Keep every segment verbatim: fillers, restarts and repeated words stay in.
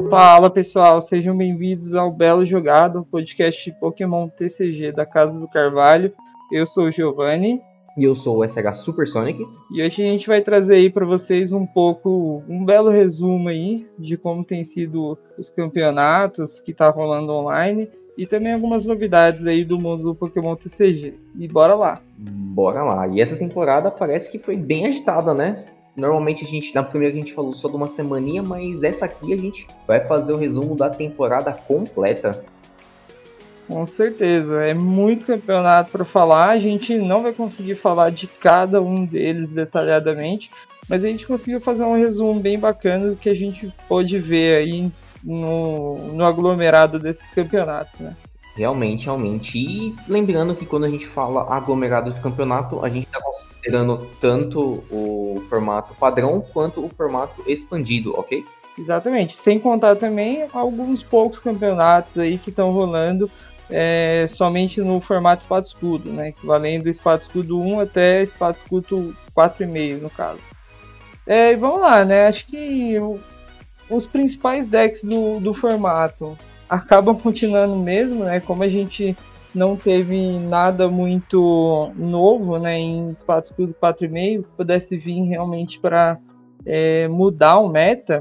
Fala pessoal, sejam bem-vindos ao Belo Jogado, podcast Pokémon T C G da Casa do Carvalho. Eu sou o Giovanni. E eu sou o S H Supersonic. E hoje a gente vai trazer aí para vocês um pouco, um belo resumo aí de como tem sido os campeonatos que tá rolando online e também algumas novidades aí do mundo do Pokémon T C G. E bora lá! Bora lá! E essa temporada parece que foi bem agitada, né? Normalmente a gente, na primeira a gente falou só de uma semaninha, mas dessa aqui a gente vai fazer o resumo da temporada completa. Com certeza, é muito campeonato para falar, a gente não vai conseguir falar de cada um deles detalhadamente, mas a gente conseguiu fazer um resumo bem bacana do que a gente pôde ver aí no, no aglomerado desses campeonatos, né? Realmente, realmente. E lembrando que quando a gente fala aglomerado de campeonato, a gente está considerando tanto o formato padrão quanto o formato expandido, ok? Exatamente, sem contar também alguns poucos campeonatos aí que estão rolando é, somente no formato espada-escudo, né? Valendo espada-escudo um até espada-escudo quatro vírgula cinco no caso. É, e vamos lá, né? Acho que o, os principais decks do, do formato acabam continuando mesmo, né? Como a gente não teve nada muito novo, né, em espada-escudo quatro vírgula cinco que pudesse vir realmente para é, mudar o meta,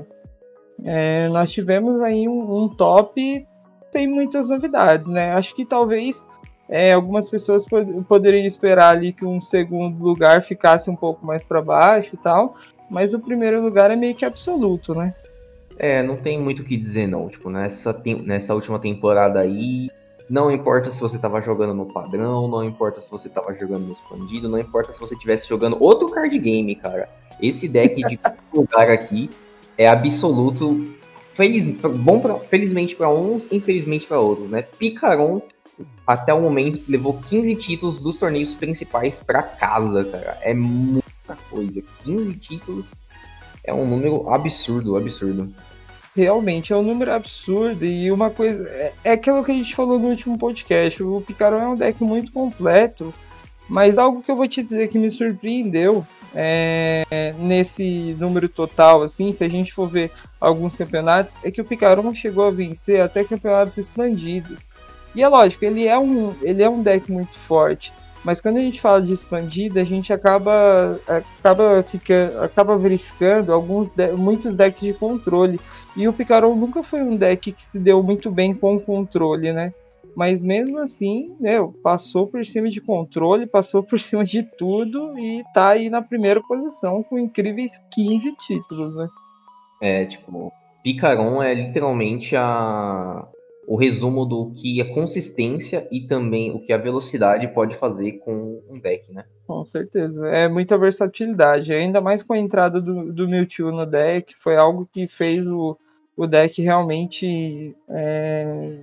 é, nós tivemos aí um, um top sem muitas novidades, né? Acho que talvez é, algumas pessoas pod- poderiam esperar ali que um segundo lugar ficasse um pouco mais para baixo e tal, mas o primeiro lugar é meio que absoluto, né? É, não tem muito o que dizer não, tipo, nessa, tem- nessa última temporada aí, não importa se você tava jogando no padrão, não importa se você tava jogando no expandido, não importa se você estivesse jogando outro card game, cara. Esse deck de lugar aqui é absoluto, feliz, bom pra, felizmente para uns, infelizmente para outros, né? Picaron, até o momento, levou quinze títulos dos torneios principais para casa, cara. É muita coisa, quinze títulos é um número absurdo, absurdo. Realmente é um número absurdo e uma coisa é, é aquilo que a gente falou no último podcast. O Picaron é um deck muito completo, mas algo que eu vou te dizer que me surpreendeu é, nesse número total, assim, se a gente for ver alguns campeonatos, é que o Picaron chegou a vencer até campeonatos expandidos. E é lógico, ele é um, ele é um deck muito forte, mas quando a gente fala de expandido, a gente acaba, acaba, fica, acaba verificando alguns de, muitos decks de controle. E o Picaron nunca foi um deck que se deu muito bem com controle, né? Mas mesmo assim, meu, passou por cima de controle, passou por cima de tudo e tá aí na primeira posição com incríveis quinze títulos, né? É, tipo, Picaron é literalmente a, o resumo do que a consistência e também o que a velocidade pode fazer com um deck, né? Com certeza. É muita versatilidade. Ainda mais com a entrada do, do Mewtwo no deck, foi algo que fez o, o deck realmente é,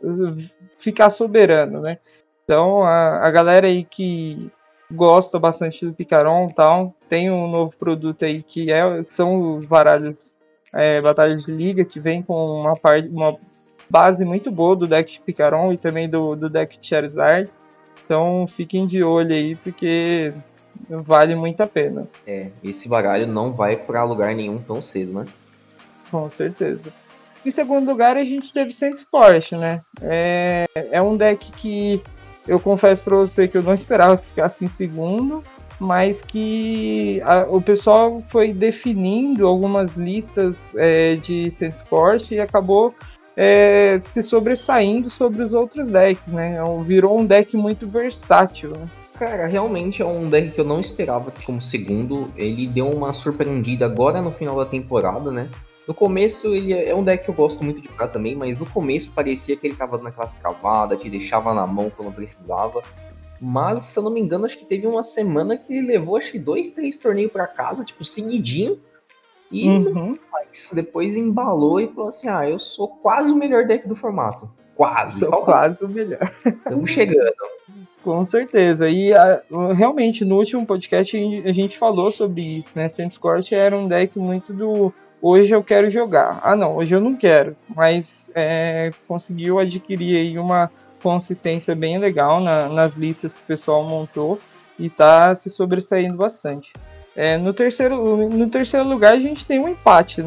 ficar soberano, né? Então, a, a galera aí que gosta bastante do Picaron e tal, tem um novo produto aí que é, são os baralhos é, Batalha de Liga, que vem com uma, parte, uma base muito boa do deck de Picaron e também do, do deck de Charizard. Então, fiquem de olho aí, porque vale muito a pena. É, esse baralho não vai para lugar nenhum tão cedo, né? Com certeza. Em segundo lugar, a gente teve Sandsport, né? É, é um deck que eu confesso para você que eu não esperava que ficasse em segundo, mas que a, o pessoal foi definindo algumas listas é, de Sandsport e acabou é, se sobressaindo sobre os outros decks, né? Virou um deck muito versátil, né? Cara, realmente é um deck que eu não esperava como segundo. Ele deu uma surpreendida agora no final da temporada, né? No começo ele é um deck que eu gosto muito de jogar também, mas no começo parecia que ele tava naquelas cavadas, te deixava na mão quando precisava. Mas, se eu não me engano, acho que teve uma semana que ele levou acho que dois, três torneios pra casa, tipo, seguidinho. E uhum. faz. Depois embalou e falou assim, ah, eu sou quase o melhor deck do formato. Quase. Sou Falta... quase o melhor. Estamos chegando. Com certeza. E a, realmente, no último podcast a gente falou sobre isso, né? Sandsport era um deck muito do hoje eu quero jogar. Ah, não, hoje eu não quero. Mas é, conseguiu adquirir aí uma consistência bem legal na, nas listas que o pessoal montou e tá se sobressaindo bastante. É, no, terceiro, no terceiro lugar a gente tem um empate, né?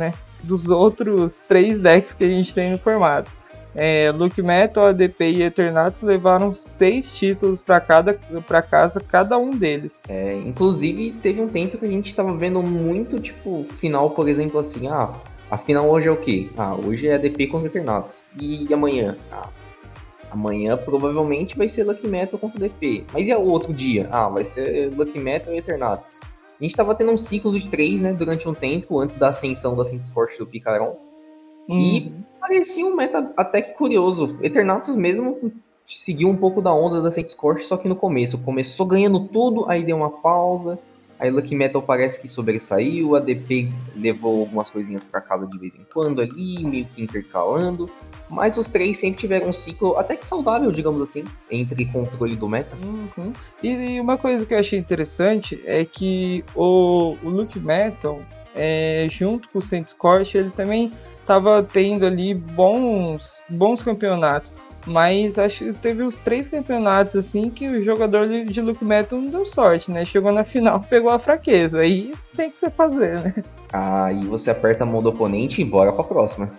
dos outros três decks que a gente tem no formato. É, Luke Metal, A D P e Eternatus levaram seis títulos para cada para casa, cada um deles. É, inclusive, teve um tempo que a gente estava vendo muito, tipo, final, por exemplo, assim, ah, a final hoje é o quê? Ah, hoje é A D P contra Eternatus. E, e amanhã? Ah, amanhã provavelmente vai ser Lucky Metal contra D P. Mas e o outro dia? Ah, vai ser Lucky Metal e Eternatus. A gente tava tendo um ciclo de três, né, durante um tempo, antes da ascensão da Synthscorch do Picaron. Uhum. E parecia um meta até que curioso. Eternatus mesmo seguiu um pouco da onda da Synthscorch, só que no começo. Começou ganhando tudo, aí deu uma pausa. Aí Lucky Metal parece que sobressaiu, a D P levou algumas coisinhas pra casa de vez em quando ali, meio que intercalando. Mas os três sempre tiveram um ciclo até que saudável, digamos assim, entre controle do meta. Uhum. E uma coisa que eu achei interessante é que o, o Lucky Metal, é, junto com o Synthscorch, ele também estava tendo ali bons, bons campeonatos. Mas acho que teve os três campeonatos assim que o jogador de Lucky Metal não deu sorte, né? Chegou na final, pegou a fraqueza. Aí tem que se fazer, né? Aí você aperta a mão do oponente e bora pra próxima.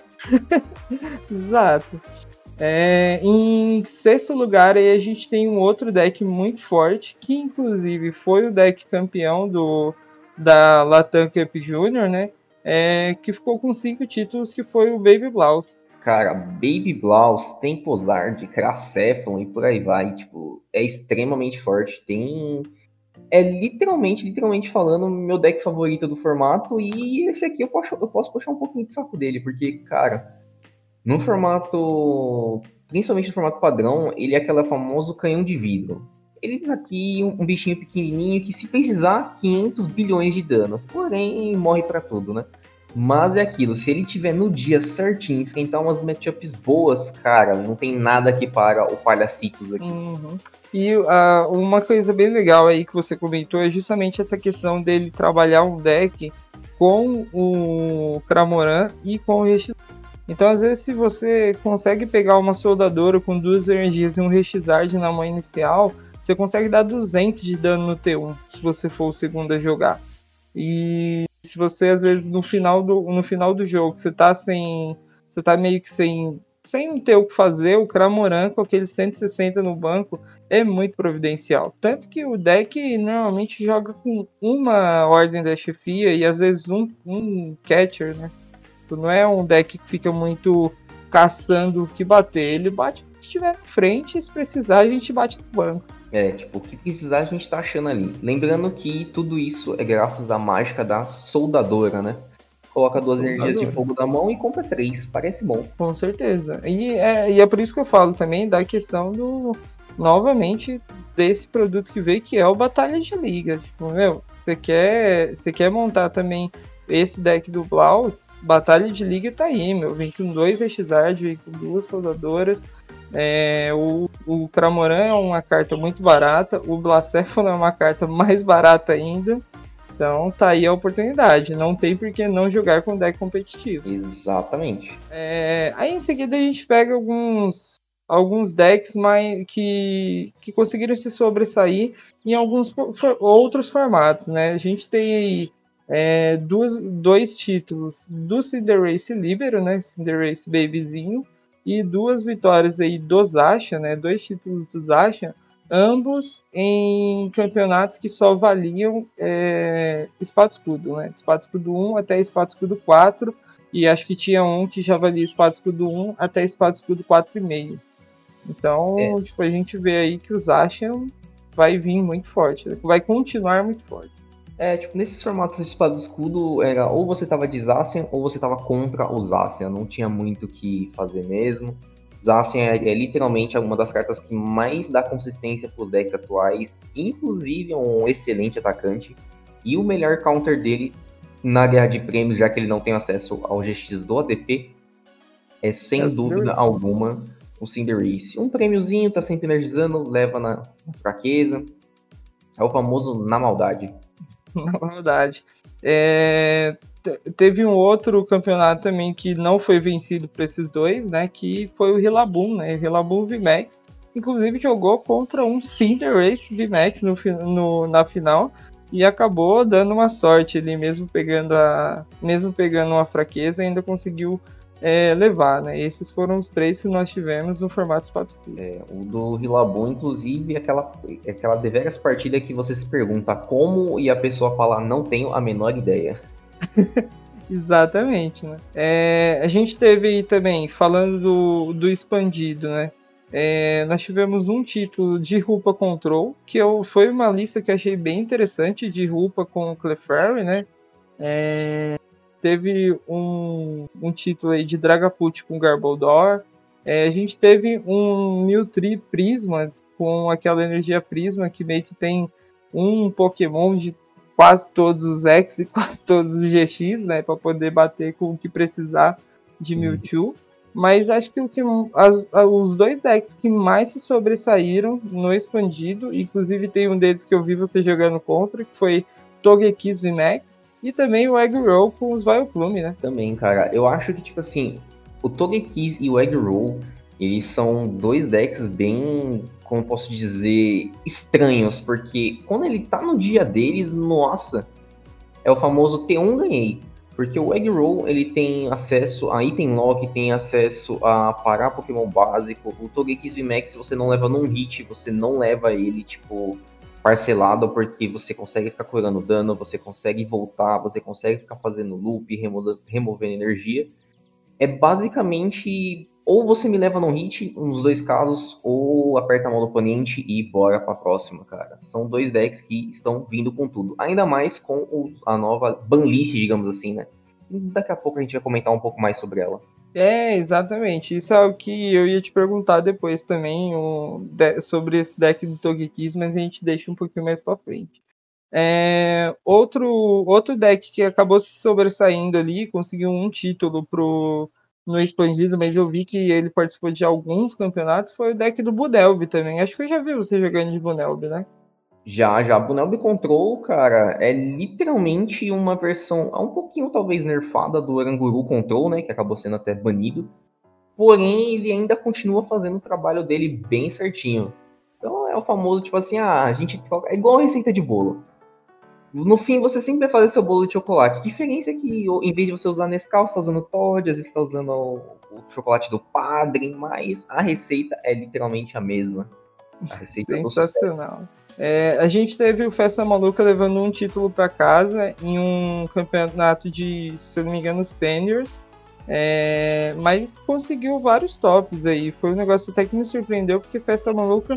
Exato. É, em sexto lugar aí a gente tem um outro deck muito forte, que inclusive foi o deck campeão do, da Latam Cup Junior, né? É, que ficou com cinco títulos, que foi o Baby Blaus. Cara, Baby Blaus, Temposard, Cracephalon e por aí vai, tipo, é extremamente forte. Tem... É literalmente, literalmente falando, meu deck favorito do formato, e esse aqui eu posso, eu posso puxar um pouquinho de saco dele, porque, cara, no formato, principalmente no formato padrão, ele é aquele famoso canhão de vidro. Ele tem aqui um, um bichinho pequenininho que, se precisar, quinhentos bilhões de dano, porém morre pra tudo, né? Mas é aquilo, se ele tiver no dia certinho, enfrentar umas matchups boas, cara, não tem nada que para o Palhacitos aqui. Uhum. E uh, uma coisa bem legal aí que você comentou é justamente essa questão dele trabalhar um deck com o Cramoran e com o Rexizard. Então, às vezes, se você consegue pegar uma soldadora com duas energias e um Rexizard na mão inicial, você consegue dar duzentos de dano no T um, se você for o segundo a jogar. E se você, às vezes, no final do, no final do jogo, você tá sem. Você tá meio que sem, sem ter o que fazer, o Cramoran com aquele cento e sessenta no banco é muito providencial. Tanto que o deck normalmente joga com uma ordem da chefia e às vezes um, um catcher, né? Não é um deck que fica muito caçando o que bater. Ele bate o que estiver na frente e se precisar a gente bate no banco. É, tipo, o que precisar a gente tá achando ali. Lembrando que tudo isso é graças à mágica da soldadora, né? Coloca duas soldadora. Energias de fogo na mão e compra três. Parece bom. Com certeza. E é, e é por isso que eu falo também da questão do... Novamente, desse produto que veio, que é o Batalha de Liga. Tipo, meu, você quer, você quer montar também esse deck do Blaus, Batalha de Liga tá aí, meu. Vem com dois Rexizard, vem com duas soldadoras. É, o, o Cramoran é uma carta muito barata, o Blacéfalo é uma carta mais barata ainda, então tá aí a oportunidade, não tem por que não jogar com deck competitivo. Exatamente. É, aí em seguida a gente pega alguns, alguns decks mais, que, que conseguiram se sobressair em alguns for, outros formatos, né? A gente tem aí é, duas, dois títulos do Cinderace Libero, né? Cinderace Babyzinho, e duas vitórias aí do Zacian, né? Dois títulos do Zacian, ambos em campeonatos que só valiam é, Espada Escudo, né? Espada Escudo um até Espada Escudo quatro, e acho que tinha um que já valia Espada Escudo um até Espada Escudo quatro e meio. Então, é. tipo, a gente vê aí que o Zacian vai vir muito forte, vai continuar muito forte. É, tipo, nesses formatos de espada e escudo, era ou você tava de Zacian ou você tava contra o Zacian, não tinha muito o que fazer mesmo. Zacian é, é literalmente uma das cartas que mais dá consistência pros decks atuais, inclusive é um excelente atacante, e o melhor counter dele na guerra de prêmios, já que ele não tem acesso ao G X do A D P, é sem é dúvida alguma o Cinderace. Um prêmiozinho, tá sempre energizando, leva na fraqueza, é o famoso na maldade. Na verdade. É, teve um outro campeonato também que não foi vencido por esses dois, né? Que foi o Rillaboom, né? O Rillaboom V MAX. Inclusive jogou contra um Cinderace V MAX no, no, na final. e acabou dando uma sorte ali, mesmo pegando, a, mesmo pegando uma fraqueza, ainda conseguiu é, levar, né? Esses foram os três que nós tivemos no formato Espada Escudo. É, o do Rillaboom, inclusive, é aquela, é aquela deveras partida que você se pergunta como e a pessoa fala, não tenho a menor ideia. Exatamente, né? É, a gente teve aí também, falando do, do expandido, né? É, nós tivemos um título de Rupa Control, que eu, foi uma lista que eu achei bem interessante, de Rupa com Clefairy, né? É, teve um, um título aí de Dragapult com Garbodor. É, a gente teve um Mewtwo Prismas com aquela energia Prisma que meio que tem um Pokémon de quase todos os X e quase todos os G X, né, para poder bater com o que precisar de Mewtwo. Mas acho que, o que as, os dois decks que mais se sobressaíram no expandido, inclusive tem um deles que eu vi você jogando contra, que foi Togekiss V MAX, e também o Egg Roll com os Vileplume, né? Também, cara, eu acho que, tipo assim, o Togekiss e o Egg Roll, eles são dois decks bem, como posso dizer, estranhos, porque quando ele tá no dia deles, nossa, é o famoso T um ganhei. Porque o Egg Roll, ele tem acesso a Item Lock, tem acesso a parar Pokémon básico. O Togekiss V MAX, você não leva num hit, você não leva ele, tipo, parcelado, porque você consegue ficar curando dano, você consegue voltar, você consegue ficar fazendo loop, remo removendo energia. É basicamente, ou você me leva num hit, nos dois casos, ou aperta a mão do oponente e bora pra próxima, cara. São dois decks que estão vindo com tudo. Ainda mais com o, a nova banlist, digamos assim, né? E daqui a pouco a gente vai comentar um pouco mais sobre ela. É, exatamente. Isso é o que eu ia te perguntar depois também o, de, sobre esse deck do Togekiss, mas a gente deixa um pouquinho mais pra frente. É, outro, outro deck que acabou se sobressaindo ali, conseguiu um título pro, no expandido, mas eu vi que ele participou de alguns campeonatos, foi o deck do Budelb também. Acho que eu já vi você jogando de Budelb, né? Já, já, Bunelby Control, cara, é literalmente uma versão, é um pouquinho talvez nerfada do Oranguru Control, né, que acabou sendo até banido. Porém, ele ainda continua fazendo o trabalho dele bem certinho. Então é o famoso, tipo assim, ah, a gente troca, é igual a receita de bolo. No fim, você sempre vai fazer seu bolo de chocolate. A diferença é que, em vez de você usar Nescau, você está usando Toddy, às vezes você está usando o, o chocolate do padre, mas a receita é literalmente a mesma. A receita do sucesso. Sensacional. É, a gente teve o Festa Maluca levando um título para casa em um campeonato de, se eu não me engano, seniors. É, mas conseguiu vários tops aí. Foi um negócio até que me surpreendeu, porque Festa Maluca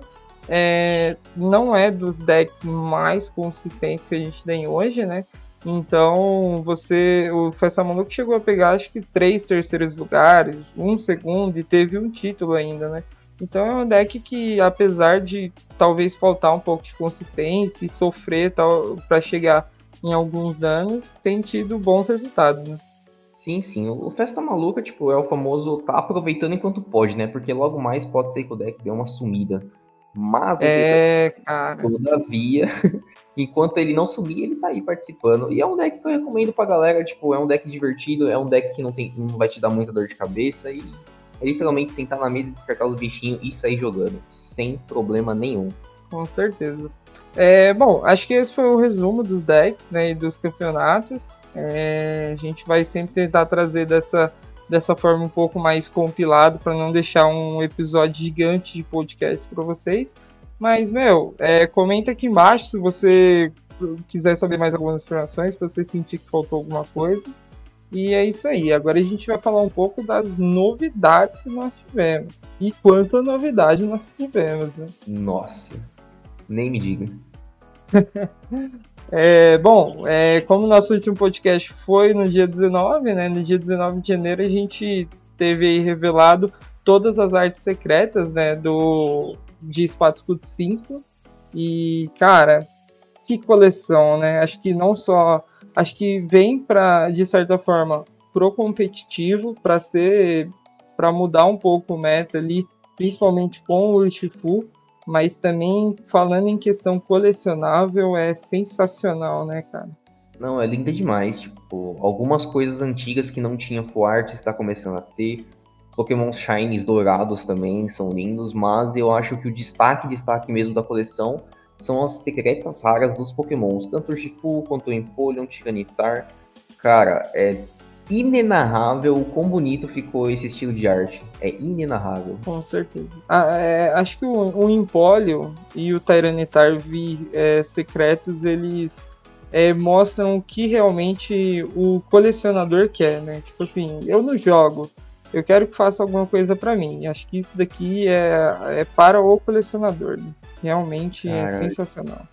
é, não é dos decks mais consistentes que a gente tem hoje, né? Então, você, o Festa Maluca chegou a pegar acho que três terceiros lugares, um segundo e teve um título ainda, né? Então é um deck que, apesar de talvez faltar um pouco de consistência e sofrer para chegar em alguns danos, tem tido bons resultados, né? Sim, sim. O Festa Maluca, tipo, é o famoso tá aproveitando enquanto pode, né? Porque logo mais pode ser que o deck dê uma sumida. Mas, é, cara. Todavia, enquanto ele não sumir, ele tá aí participando. E é um deck que eu recomendo pra galera, tipo, é um deck divertido, é um deck que não, tem, não vai te dar muita dor de cabeça e é literalmente sentar na mesa, descartar os bichinhos e sair jogando. Sem problema nenhum. Com certeza. É, bom, acho que esse foi o resumo dos decks, né, e dos campeonatos. É, a gente vai sempre tentar trazer dessa, dessa forma um pouco mais compilado para não deixar um episódio gigante de podcast para vocês. Mas, meu, é, comenta aqui embaixo se você quiser saber mais algumas informações, se você sentir que faltou alguma coisa. E é isso aí. Agora a gente vai falar um pouco das novidades que nós tivemos. E quanta novidade nós tivemos, né? Nossa, nem me diga. É, bom, é, como nosso último podcast foi no dia dezenove, né? No dia dezenove de janeiro a gente teve aí revelado todas as artes secretas, né? Do, de Espada Escudo cinco. E, cara, que coleção, né? Acho que não só... Acho que vem para, de certa forma, pro competitivo, para ser... para mudar um pouco o meta ali, principalmente com o Urshifu. Mas também, falando em questão colecionável, é sensacional, né, cara? Não, é linda demais. Tipo, algumas coisas antigas que não tinha full art está começando a ter. Pokémon Shinies dourados também são lindos, mas eu acho que o destaque, destaque mesmo da coleção são as secretas raras dos Pokémons, tanto o Urshifu quanto o Empoleon, Tyranitar. Cara, é inenarrável o quão bonito ficou esse estilo de arte. É inenarrável. Com certeza. Ah, é, acho que o, o Empoleon e o Tyranitar vi, é, secretos, eles é, mostram o que realmente o colecionador quer, né? Tipo assim, eu não jogo, eu quero que faça alguma coisa pra mim. Acho que isso daqui é, é para o colecionador, né? Realmente é Cara, sensacional.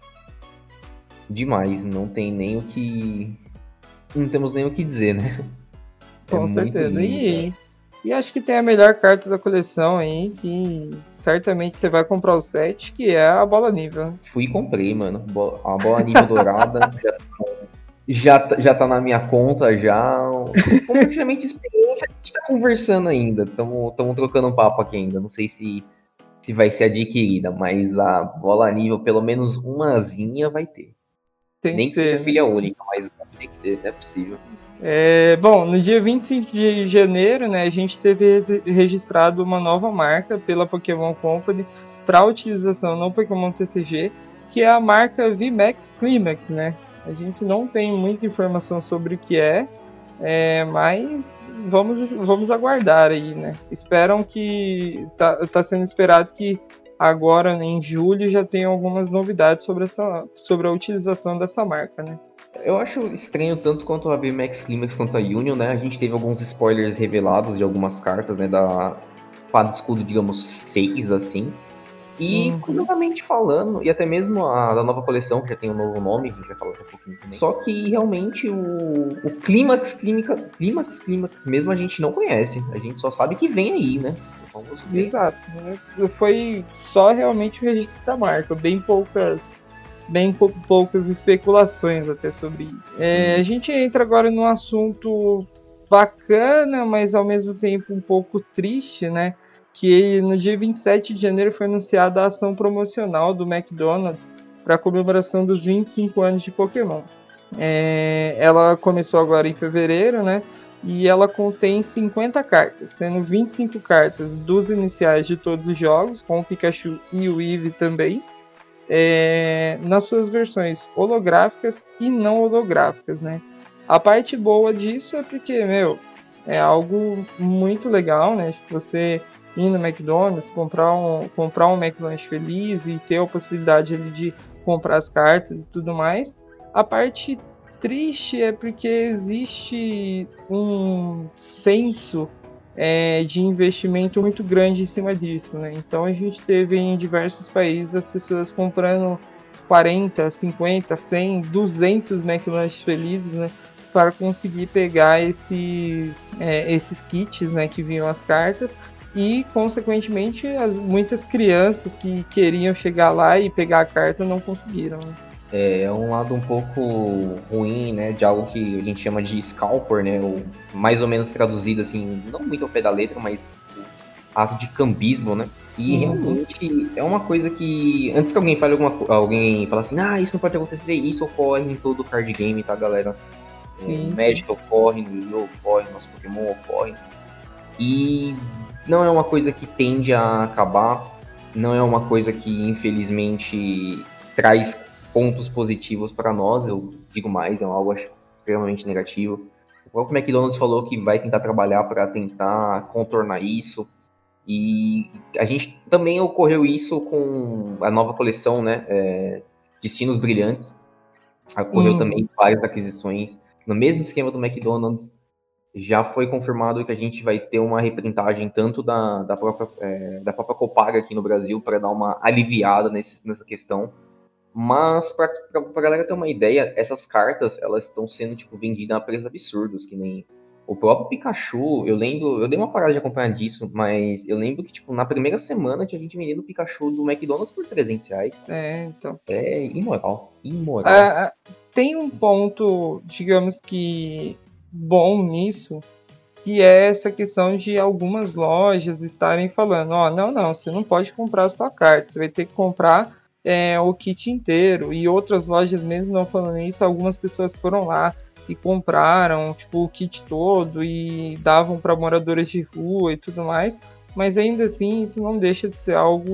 demais. Não tem nem o que... Não temos nem o que dizer, né? É Com muito certeza. lindo, cara. E, e acho que tem a melhor carta da coleção aí, que certamente você vai comprar o set, que é a bola nível. Fui e comprei, mano. Bo- A bola nível dourada já, já, tá- já tá na minha conta, já. Compartilhamento de experiência, a gente tá conversando ainda. Estamos trocando um papo aqui ainda. Não sei se, se vai ser adquirida, mas a bola nível, pelo menos umazinha, vai ter. Tem que Nem que seja ter, né? filha única, mas tem que ter, não é possível. É, bom, no dia vinte e cinco de janeiro, né, a gente teve resi- registrado uma nova marca pela Pokémon Company para utilização no Pokémon T C G, que é a marca V MAX Climax, né? A gente não tem muita informação sobre o que é, é, mas vamos, vamos aguardar aí, né? Esperam que tá, tá sendo esperado que agora em julho já tenha algumas novidades sobre essa sobre a utilização dessa marca, né? Eu acho estranho tanto quanto a V MAX Climax quanto a Union, né? A gente teve alguns spoilers revelados de algumas cartas, né? Da Espada e Escudo, digamos, seis, assim. E, Uhum. curiosamente falando, e até mesmo a da nova coleção, que já tem um novo nome, a gente vai falar daqui a pouquinho também. Só que realmente o, o Clímax, Clímax, Clímax, Clímax mesmo a gente não conhece. A gente só sabe que vem aí, né? O famoso vem. Exato, né? Foi só realmente o registro da marca, bem poucas, bem pou- poucas especulações até sobre isso. É, a gente entra agora num assunto bacana, mas ao mesmo tempo um pouco triste, né? Que no dia vinte e sete de janeiro foi anunciada a ação promocional do McDonald's para a comemoração dos vinte e cinco anos de Pokémon. É, ela começou agora em fevereiro, né? E ela contém cinquenta cartas, sendo vinte e cinco cartas dos iniciais de todos os jogos, com o Pikachu e o Eevee também, é, nas suas versões holográficas e não holográficas, né? A parte boa disso é porque, meu, é algo muito legal, né? Tipo, você ir no McDonald's, comprar um, comprar um McLanche feliz e ter a possibilidade ali de comprar as cartas e tudo mais. A parte triste é porque existe um senso é, de investimento muito grande em cima disso, né? Então a gente teve em diversos países as pessoas comprando quarenta, cinquenta, cem, duzentos McLanche felizes, né? Para conseguir pegar esses, é, esses kits, né? Que vinham as cartas e, consequentemente, as, muitas crianças que queriam chegar lá e pegar a carta não conseguiram. Né? É um lado um pouco ruim, né? De algo que a gente chama de scalper, né? Ou mais ou menos traduzido assim, não muito ao pé da letra, mas ato de cambismo, né? E Uhum. realmente é uma coisa que, antes que alguém fale alguma coisa, alguém fala assim, ah, isso não pode acontecer, isso ocorre em todo card game, tá, galera? É, no Magic ocorre, no Yu-Gi-Oh! Ocorre, no nosso Pokémon ocorre. E não é uma coisa que tende a acabar, não é uma coisa que, infelizmente, traz pontos positivos para nós, eu digo mais, é algo extremamente negativo. O próprio McDonald's falou que vai tentar trabalhar para tentar contornar isso. E a gente também ocorreu isso com a nova coleção, né? É, Destinos Brilhantes. Ocorreu Uhum. também várias aquisições. No mesmo esquema do McDonald's, já foi confirmado que a gente vai ter uma reprintagem tanto da, da, própria, é, da própria Copaga aqui no Brasil para dar uma aliviada nesse, nessa questão. Mas para a galera ter uma ideia, essas cartas elas estão sendo tipo vendidas a preços absurdos, que nem o próprio Pikachu. Eu lembro, eu dei uma parada de acompanhar disso, mas eu lembro que tipo na primeira semana tinha gente vendendo o Pikachu do McDonald's por trezentos reais. É, então. É imoral, imoral. Ah, tem um ponto, digamos que bom nisso, que é essa questão de algumas lojas estarem falando, ó, oh, não, não, você não pode comprar a sua carta, você vai ter que comprar é, o kit inteiro. E outras lojas mesmo não falando isso, algumas pessoas foram lá e compraram tipo o kit todo e davam para moradores de rua e tudo mais, mas ainda assim isso não deixa de ser algo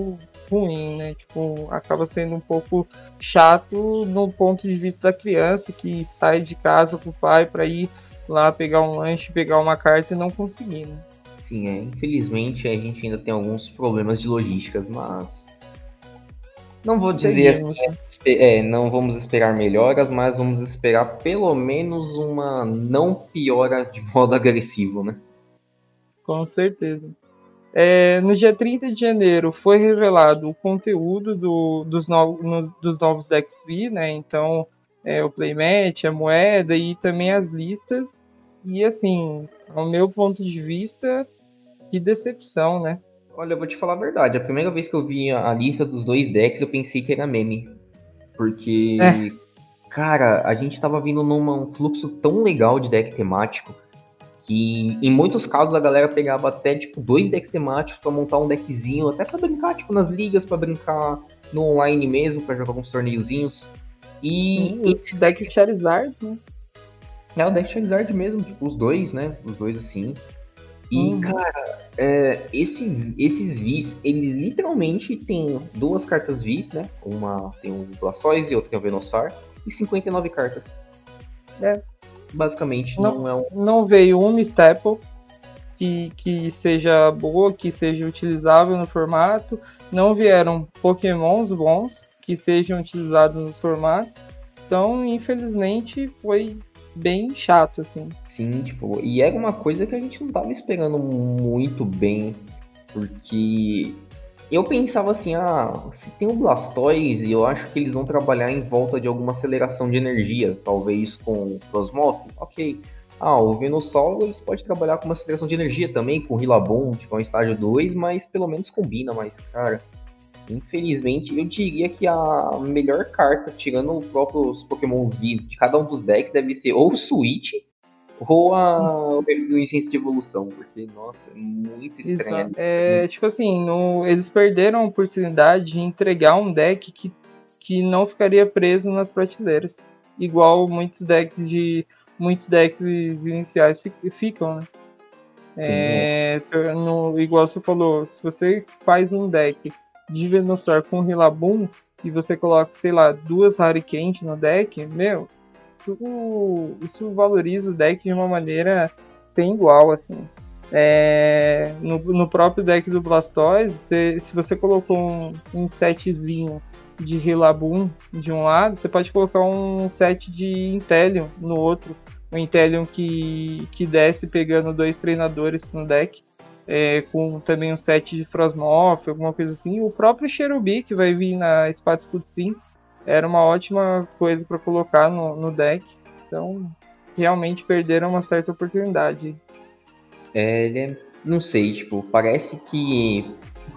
ruim, né? Tipo, acaba sendo um pouco chato no ponto de vista da criança que sai de casa com o pai para ir lá pegar um lanche, pegar uma carta e não conseguir, né? Sim, é, infelizmente a gente ainda tem alguns problemas de logísticas, mas não vou dizer Seguimos, assim, né? é, não vamos esperar melhoras, mas vamos esperar pelo menos uma não piora de modo agressivo, né? Com certeza. É, no dia trinta de janeiro foi revelado o conteúdo do, dos, no, no, dos novos decks V, né? Então, é, o playmat, a moeda e também as listas. E assim, ao meu ponto de vista, que decepção, né? Olha, eu vou te falar a verdade. A primeira vez que eu vi a lista dos dois decks, eu pensei que era meme. É, Porque, cara, a gente tava vindo num fluxo tão legal de deck temático que em muitos casos a galera pegava até tipo dois decks temáticos pra montar um deckzinho, até pra brincar tipo nas ligas, pra brincar no online mesmo, pra jogar alguns torneiozinhos. E, sim, o deck Charizard, né? é o deck Charizard mesmo, tipo os dois, né? Os dois assim. E, Uhum. cara, é, esse, esses Vis, eles literalmente têm duas cartas Vis, né? Uma tem o Blastoise e outra tem o Venusaur, e cinquenta e nove cartas. É, Basicamente, não, não é um. não veio uma staple que, que seja boa, que seja utilizável no formato. Não vieram Pokémons bons que sejam utilizados no formato. Então, infelizmente, foi bem chato, assim. Sim, tipo, e era uma coisa que a gente não tava esperando muito bem, porque eu pensava assim, ah, se tem o Blastoise, eu acho que eles vão trabalhar em volta de alguma aceleração de energia, talvez com o Frosmoth, ok. Ah, o Venusaur, eles podem trabalhar com uma aceleração de energia também, com o Rillaboom, tipo, é um estágio dois, mas pelo menos combina, mas, cara, infelizmente, eu diria que a melhor carta, tirando os próprios Pokémons V de cada um dos decks, deve ser ou o Switch, ou a, o do Incenso de Evolução, porque, nossa, é muito estranha. Exato. É, tipo assim, no, eles perderam a oportunidade de entregar um deck que, que não ficaria preso nas prateleiras. Igual muitos decks de. Muitos decks iniciais fi- ficam, né? Sim, é. É, se, no, igual você falou, se você faz um deck de Venusaur com Rillaboom e você coloca, sei lá, duas Harikent no deck, meu, isso, isso valoriza o deck de uma maneira sem igual, assim. É, no, no próprio deck do Blastoise, se, se você colocou um, um setzinho de Rillaboom de um lado, você pode colocar um set de Inteleon no outro. Um Inteleon que, que desce pegando dois treinadores no deck. É, com também um set de Frosmoth, alguma coisa assim. O próprio Cherubi, que vai vir na Espada Escudo cinco, era uma ótima coisa para colocar no, no deck. Então, realmente perderam uma certa oportunidade. É, ele é, não sei, tipo, parece que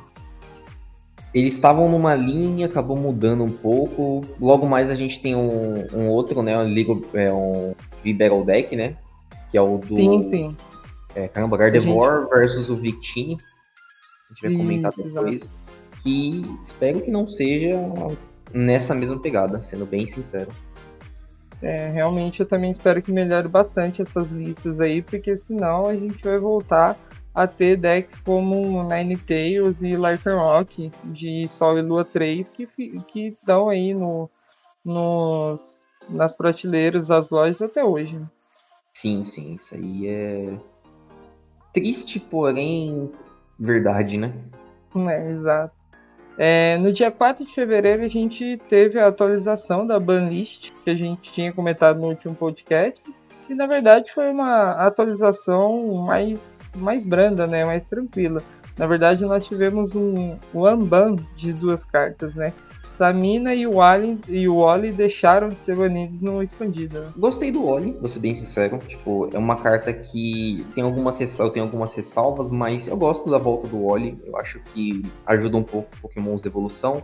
eles estavam numa linha, acabou mudando um pouco. Logo mais a gente tem um, um outro, né? Um, League, é, um V-Battle Deck, né? Que é o Sim, do. sim. É, caramba, A gente. Gardevoir versus o Victini. A gente vai comentar Isso, exato. depois. Que espero que não seja nessa mesma pegada, sendo bem sincero. É, realmente eu também espero que melhore bastante essas listas aí, porque senão a gente vai voltar a ter decks como Ninetales e Lycanroc de Sol e Lua três que, que estão aí no, nos, nas prateleiras das lojas até hoje, né? Sim, sim, isso aí é triste, porém verdade, né? É, exato. É, no dia quatro de fevereiro a gente teve a atualização da banlist que a gente tinha comentado no último podcast. E na verdade foi uma atualização mais, mais branda, né? Mais tranquila. Na verdade nós tivemos um one ban de duas cartas, né? Samina e o Wally, e o Wally deixaram de ser banidos no expandido, né? Gostei do Oli, vou ser bem sincero. Tipo, é uma carta que tem algumas, res- eu tenho algumas ressalvas, mas eu gosto da volta do Oli. Eu acho que ajuda um pouco Pokémons de evolução.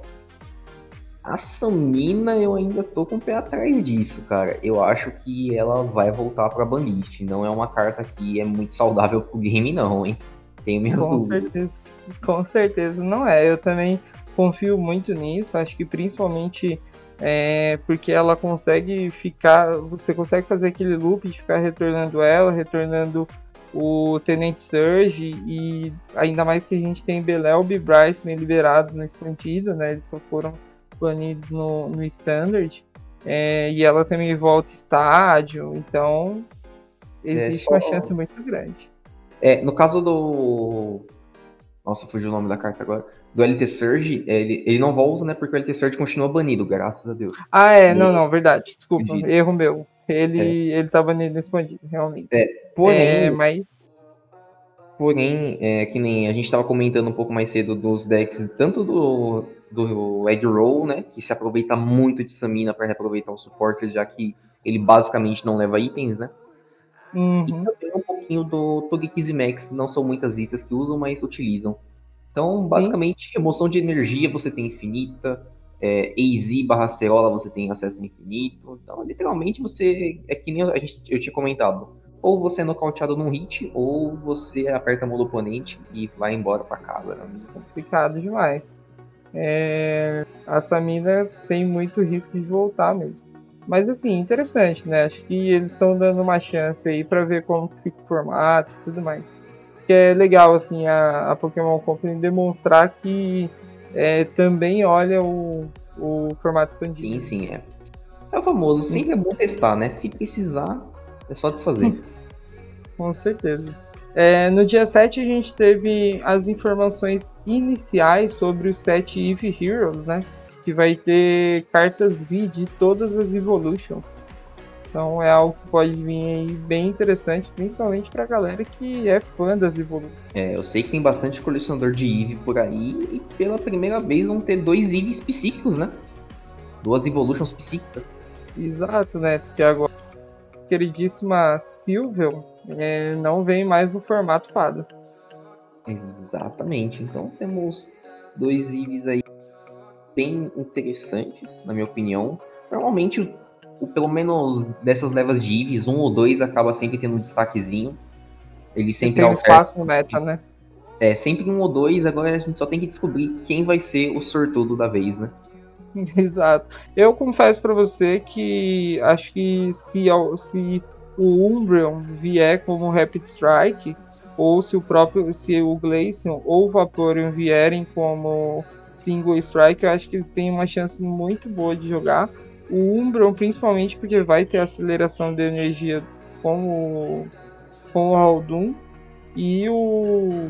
A Samina, eu ainda tô com o pé atrás disso, cara. Eu acho que ela vai voltar pra banlist. Não é uma carta que é muito saudável pro game, não, hein? Tenho minhas Com dúvidas. certeza, com certeza não é. Eu também confio muito nisso. Acho que principalmente é, porque ela consegue ficar, você consegue fazer aquele loop de ficar retornando ela, retornando o Tenente Surge, e ainda mais que a gente tem Belelb e Bryceman liberados no expandido, né? Eles só foram banidos no, no Standard. É, e ela também volta estádio, então existe é, só... uma chance muito grande. É, no caso do... Nossa, fugiu o nome da carta agora. Do L T Surge, ele, ele não volta, né? Porque o L T Surge continua banido, graças a Deus. Ah, é, e... não, não, verdade. Desculpa, expandido. Erro meu. Ele, é. ele tá banido no expandido, realmente. É, porém... É, mas... Porém, é, que nem a gente estava comentando um pouco mais cedo dos decks, tanto do, do Egg Roll, né, que se aproveita muito de Samina para reaproveitar o suporte, já que ele basicamente não leva itens, né? Uhum. E também um pouquinho do Togekiss Max, não são muitas itens que usam, mas utilizam. Então, basicamente, Sim. Emoção de energia você tem infinita, é, A Z barra Acerola você tem acesso infinito. Então, literalmente, você é que nem a gente, eu tinha comentado. Ou você é nocauteado num hit, ou você aperta a mão do oponente e vai embora pra casa. Né? Complicado demais. É... A Samina tem muito risco de voltar mesmo. Mas assim, interessante, né? Acho que eles estão dando uma chance aí pra ver como fica o formato e tudo mais. Que é legal, assim, a, a Pokémon Company demonstrar que é, também olha o, o formato expandido. Sim, sim, é. É o famoso, sempre é bom testar, né? Se precisar, é só desfazer. Com certeza. É, no dia sete a gente teve as informações iniciais sobre o set Eevee Heroes, né? Que vai ter cartas V de todas as Evolutions. Então é algo que pode vir aí bem interessante, principalmente pra galera que é fã das Evolutions. É, eu sei que tem bastante colecionador de Eevee por aí e pela primeira vez vão ter dois Eevees psíquicos, né? Duas Evolutions psíquicas. Exato, né? Porque agora a queridíssima Silveon é, não vem mais no formato fada. Exatamente. Então temos dois Eevees aí bem interessantes, na minha opinião. Normalmente, o, o, pelo menos dessas levas de Eevees, um ou dois acaba sempre tendo um destaquezinho. Ele sempre tem um espaço no meta, né? É, sempre um ou dois, agora a gente só tem que descobrir quem vai ser o sortudo da vez, né? Exato. Eu confesso pra você que acho que se, se o Umbreon vier como Rapid Strike, ou se o próprio, se o Glaceon ou o Vaporeon vierem como Single Strike, eu acho que eles têm uma chance muito boa de jogar. O Umbreon, principalmente porque vai ter aceleração de energia com o, com o Haldun, e o,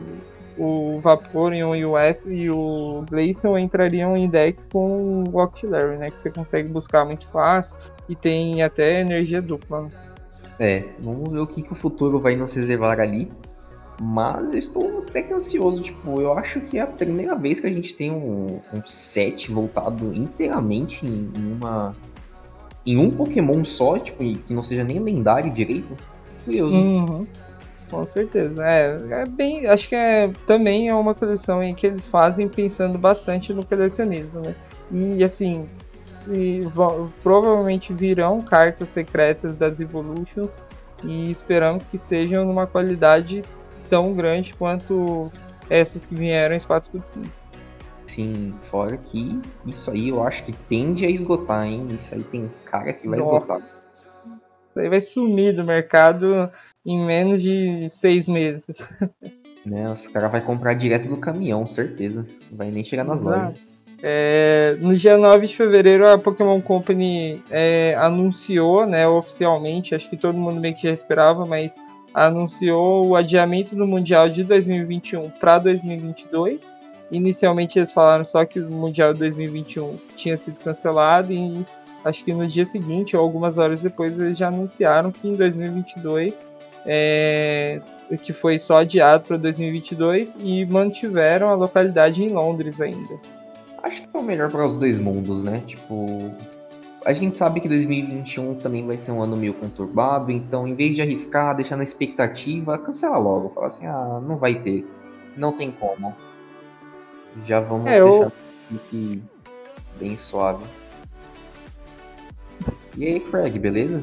o Vaporeon e o, S, e o Glaceon entrariam em decks com o Octillery, né? Que você consegue buscar muito fácil e tem até energia dupla. É, vamos ver o que, que o futuro vai nos reservar ali. Mas eu estou até que ansioso, tipo, eu acho que é a primeira vez que a gente tem um, um set voltado inteiramente em, em uma... em um Pokémon só, tipo, que não seja nem lendário direito. Curioso. Uhum. Com certeza. É, é bem, acho que é, também é uma coleção em que eles fazem pensando bastante no colecionismo, né? E assim, se, vão, provavelmente virão cartas secretas das Evolutions e esperamos que sejam numa qualidade tão grande quanto essas que vieram em Espada Escudo cinco. Sim, fora que isso aí eu acho que tende a esgotar, hein? Isso aí tem cara que vai Nossa. esgotar. Isso aí vai sumir do mercado em menos de seis meses. Né, os caras vão comprar direto do caminhão, certeza. Não vai nem chegar nas Exato. lojas. É, no dia nove de fevereiro, a Pokémon Company é, anunciou, né, oficialmente, acho que todo mundo meio que já esperava, mas anunciou o adiamento do Mundial de dois mil e vinte e um para dois mil e vinte e dois. Inicialmente eles falaram só que o Mundial de dois mil e vinte e um tinha sido cancelado e acho que no dia seguinte ou algumas horas depois eles já anunciaram que em dois mil e vinte e dois é, que foi só adiado para dois mil e vinte e dois e mantiveram a localidade em Londres ainda. Acho que é o melhor para os dois mundos, né? Tipo, a gente sabe que dois mil e vinte e um também vai ser um ano meio conturbado, então em vez de arriscar, deixar na expectativa, cancela logo. Fala assim, ah, não vai ter, não tem como. Já vamos é, deixar eu... aqui bem suave. E aí, Craig, beleza?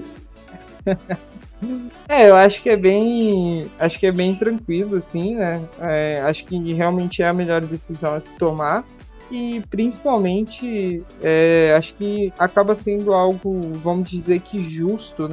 É, eu acho que é bem, acho que é bem tranquilo, assim, né? É, acho que realmente é a melhor decisão a se tomar e principalmente, é, acho que acaba sendo algo, vamos dizer que justo, né?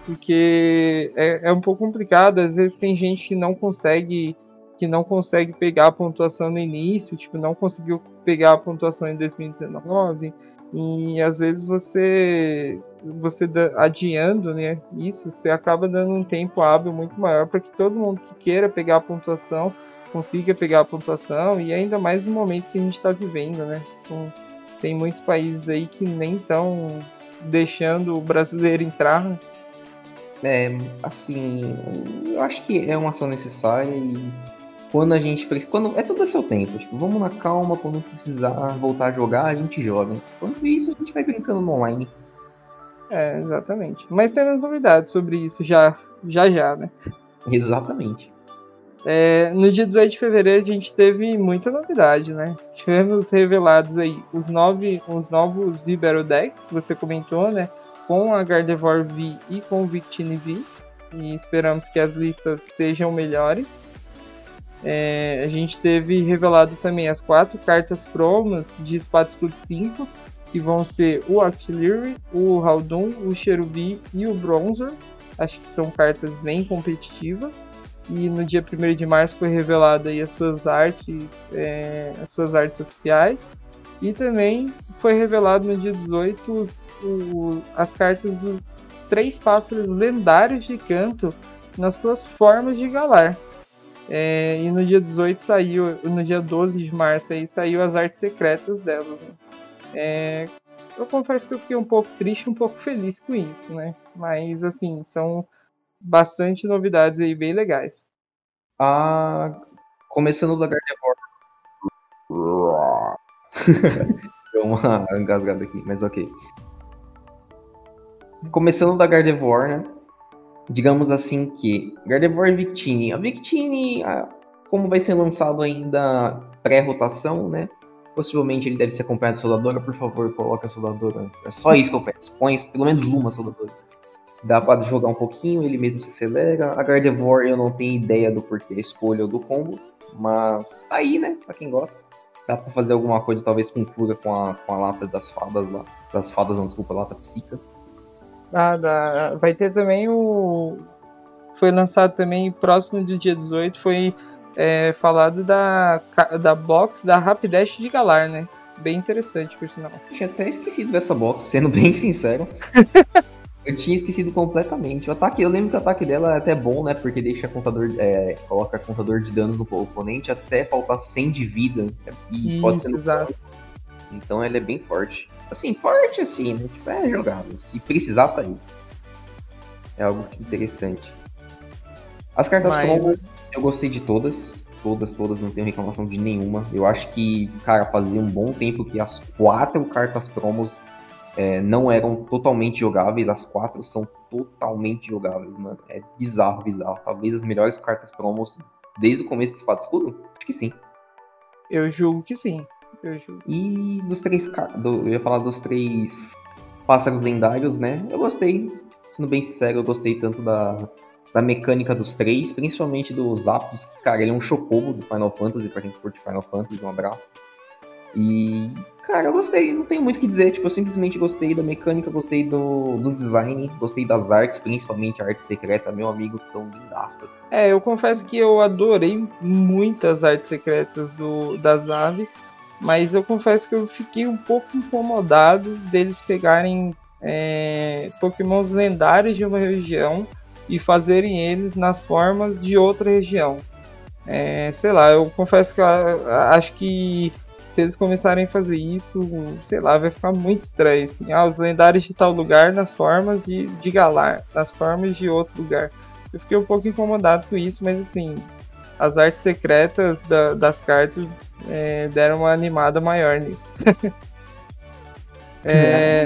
porque é, é um pouco complicado. Às vezes tem gente que não consegue que não consegue pegar a pontuação no início, tipo, não conseguiu pegar a pontuação em dois mil e dezenove, e às vezes você você adiando, né, isso, você acaba dando um tempo hábil muito maior para que todo mundo que queira pegar a pontuação consiga pegar a pontuação, e ainda mais no momento que a gente está vivendo, né? Então, tem muitos países aí que nem estão deixando o brasileiro entrar, né? É, assim, eu acho que é uma ação necessária e quando a gente quando é tudo a seu tempo, tipo, vamos na calma, quando precisar voltar a jogar, a gente joga. Enquanto isso, a gente vai brincando no online. É, exatamente. Mas temos novidades sobre isso já já, já né? Exatamente. É, no dia dezoito de fevereiro a gente teve muita novidade, né? Tivemos revelados aí os, nove, os novos V Battle Decks que você comentou, né? Com a Gardevoir V e com o Victini V. E esperamos que as listas sejam melhores. É, a gente teve revelado também as quatro cartas promos de Espada Escudo cinco, que vão ser o Octillery, o Haldun, o Cherubi e o Bronzor. Acho que são cartas bem competitivas. E no dia primeiro de março foi revelada aí as suas artes, é, as suas artes oficiais. E também foi revelado no dia dezoito os, o, as cartas dos três pássaros lendários de canto nas suas formas de Galar. É, e no dia dezoito saiu, no dia doze de março aí saiu as artes secretas delas. Né? É, eu confesso que eu fiquei um pouco triste, um pouco feliz com isso, né? Mas assim, são bastante novidades aí bem legais. Ah, começando da Gardevoir. Deu uma engasgada aqui, mas ok. Começando da Gardevoir, né? Digamos assim que Gardevoir e Victini. A Victini, como vai ser lançado ainda pré-rotação, né? Possivelmente ele deve ser acompanhado de soldadora. Por favor, coloque a soldadora. É só isso que eu peço. Põe pelo menos uma soldadora. Dá para jogar um pouquinho, ele mesmo se acelera. A Gardevoir eu não tenho ideia do porquê a escolha ou do combo, mas tá aí, né? Pra quem gosta. Dá pra fazer alguma coisa, talvez com cura com a, com a lata das fadas lá. Das fadas, não, desculpa, lata psica. Ah, dá. Vai ter também o. Foi lançado também próximo do dia dezoito. Foi é, falado da, da box da Rapidash de Galar, né? Bem interessante, por sinal. Eu tinha até esquecido dessa box, sendo bem sincero. Eu tinha esquecido completamente. O ataque, eu lembro que o ataque dela é até bom, né? Porque deixa contador, é, coloca contador de danos no oponente até faltar cem de vida. E Isso, pode ser exato. Então ela é bem forte. Assim, forte assim, né? Tipo, é jogável. Se precisar, tá aí. É algo interessante. As cartas Mas... promos, eu gostei de todas. Todas, todas, não tenho reclamação de nenhuma. Eu acho que, cara, fazia um bom tempo que as quatro cartas promos é, não eram totalmente jogáveis. As quatro são totalmente jogáveis, mano. É bizarro, bizarro. Talvez as melhores cartas promos desde o começo do Espada Escudo? Acho que sim. Eu julgo que sim. Eu julgo que sim. E dos três... Do, eu ia falar dos três pássaros lendários, né? Eu gostei. Sendo bem sincero, eu gostei tanto da, da mecânica dos três, principalmente dos Zapdos, que, cara, ele é um Chocobo do Final Fantasy, pra quem curte Final Fantasy, um abraço. E, cara, eu gostei, não tenho muito o que dizer, tipo, eu simplesmente gostei da mecânica, gostei do, do design, gostei das artes, principalmente a arte secreta, meu amigo, que tão lindaças. É, eu confesso que eu adorei muitas artes secretas do, das aves, mas eu confesso que eu fiquei um pouco incomodado deles pegarem é, pokémons lendários de uma região e fazerem eles nas formas de outra região. É, sei lá, eu confesso que eu acho que se eles começarem a fazer isso, sei lá, vai ficar muito estranho. Assim. Ah, os lendários de tal lugar nas formas de, de Galar, nas formas de outro lugar. Eu fiquei um pouco incomodado com isso, mas assim, as artes secretas da, das cartas é, deram uma animada maior nisso. é...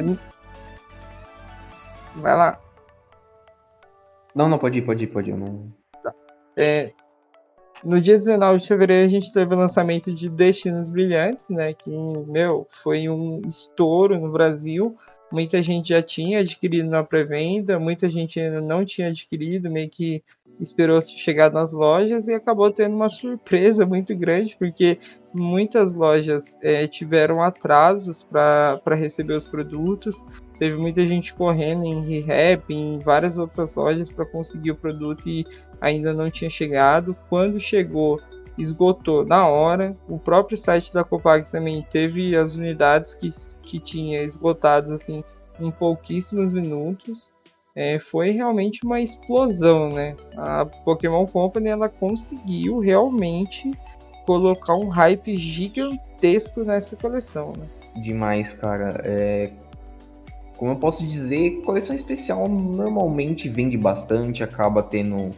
Vai lá. Não, não, pode ir, pode ir, pode ir. Não... Tá. É... No dia dezenove de fevereiro a gente teve o lançamento de Destinos Brilhantes, né? Que, meu, foi um estouro no Brasil. Muita gente já tinha adquirido na pré-venda, muita gente ainda não tinha adquirido, meio que esperou chegar nas lojas e acabou tendo uma surpresa muito grande, porque muitas lojas é, tiveram atrasos para receber os produtos. Teve muita gente correndo em ReHap, em várias outras lojas para conseguir o produto e ainda não tinha chegado. Quando chegou, esgotou na hora. O próprio site da Copag também teve as unidades que, que tinha esgotadas assim, em pouquíssimos minutos. É, foi realmente uma explosão, né? A Pokémon Company ela conseguiu realmente colocar um hype gigantesco nessa coleção, né? Demais, cara. É... Como eu posso dizer, coleção especial normalmente vende bastante, acaba tendo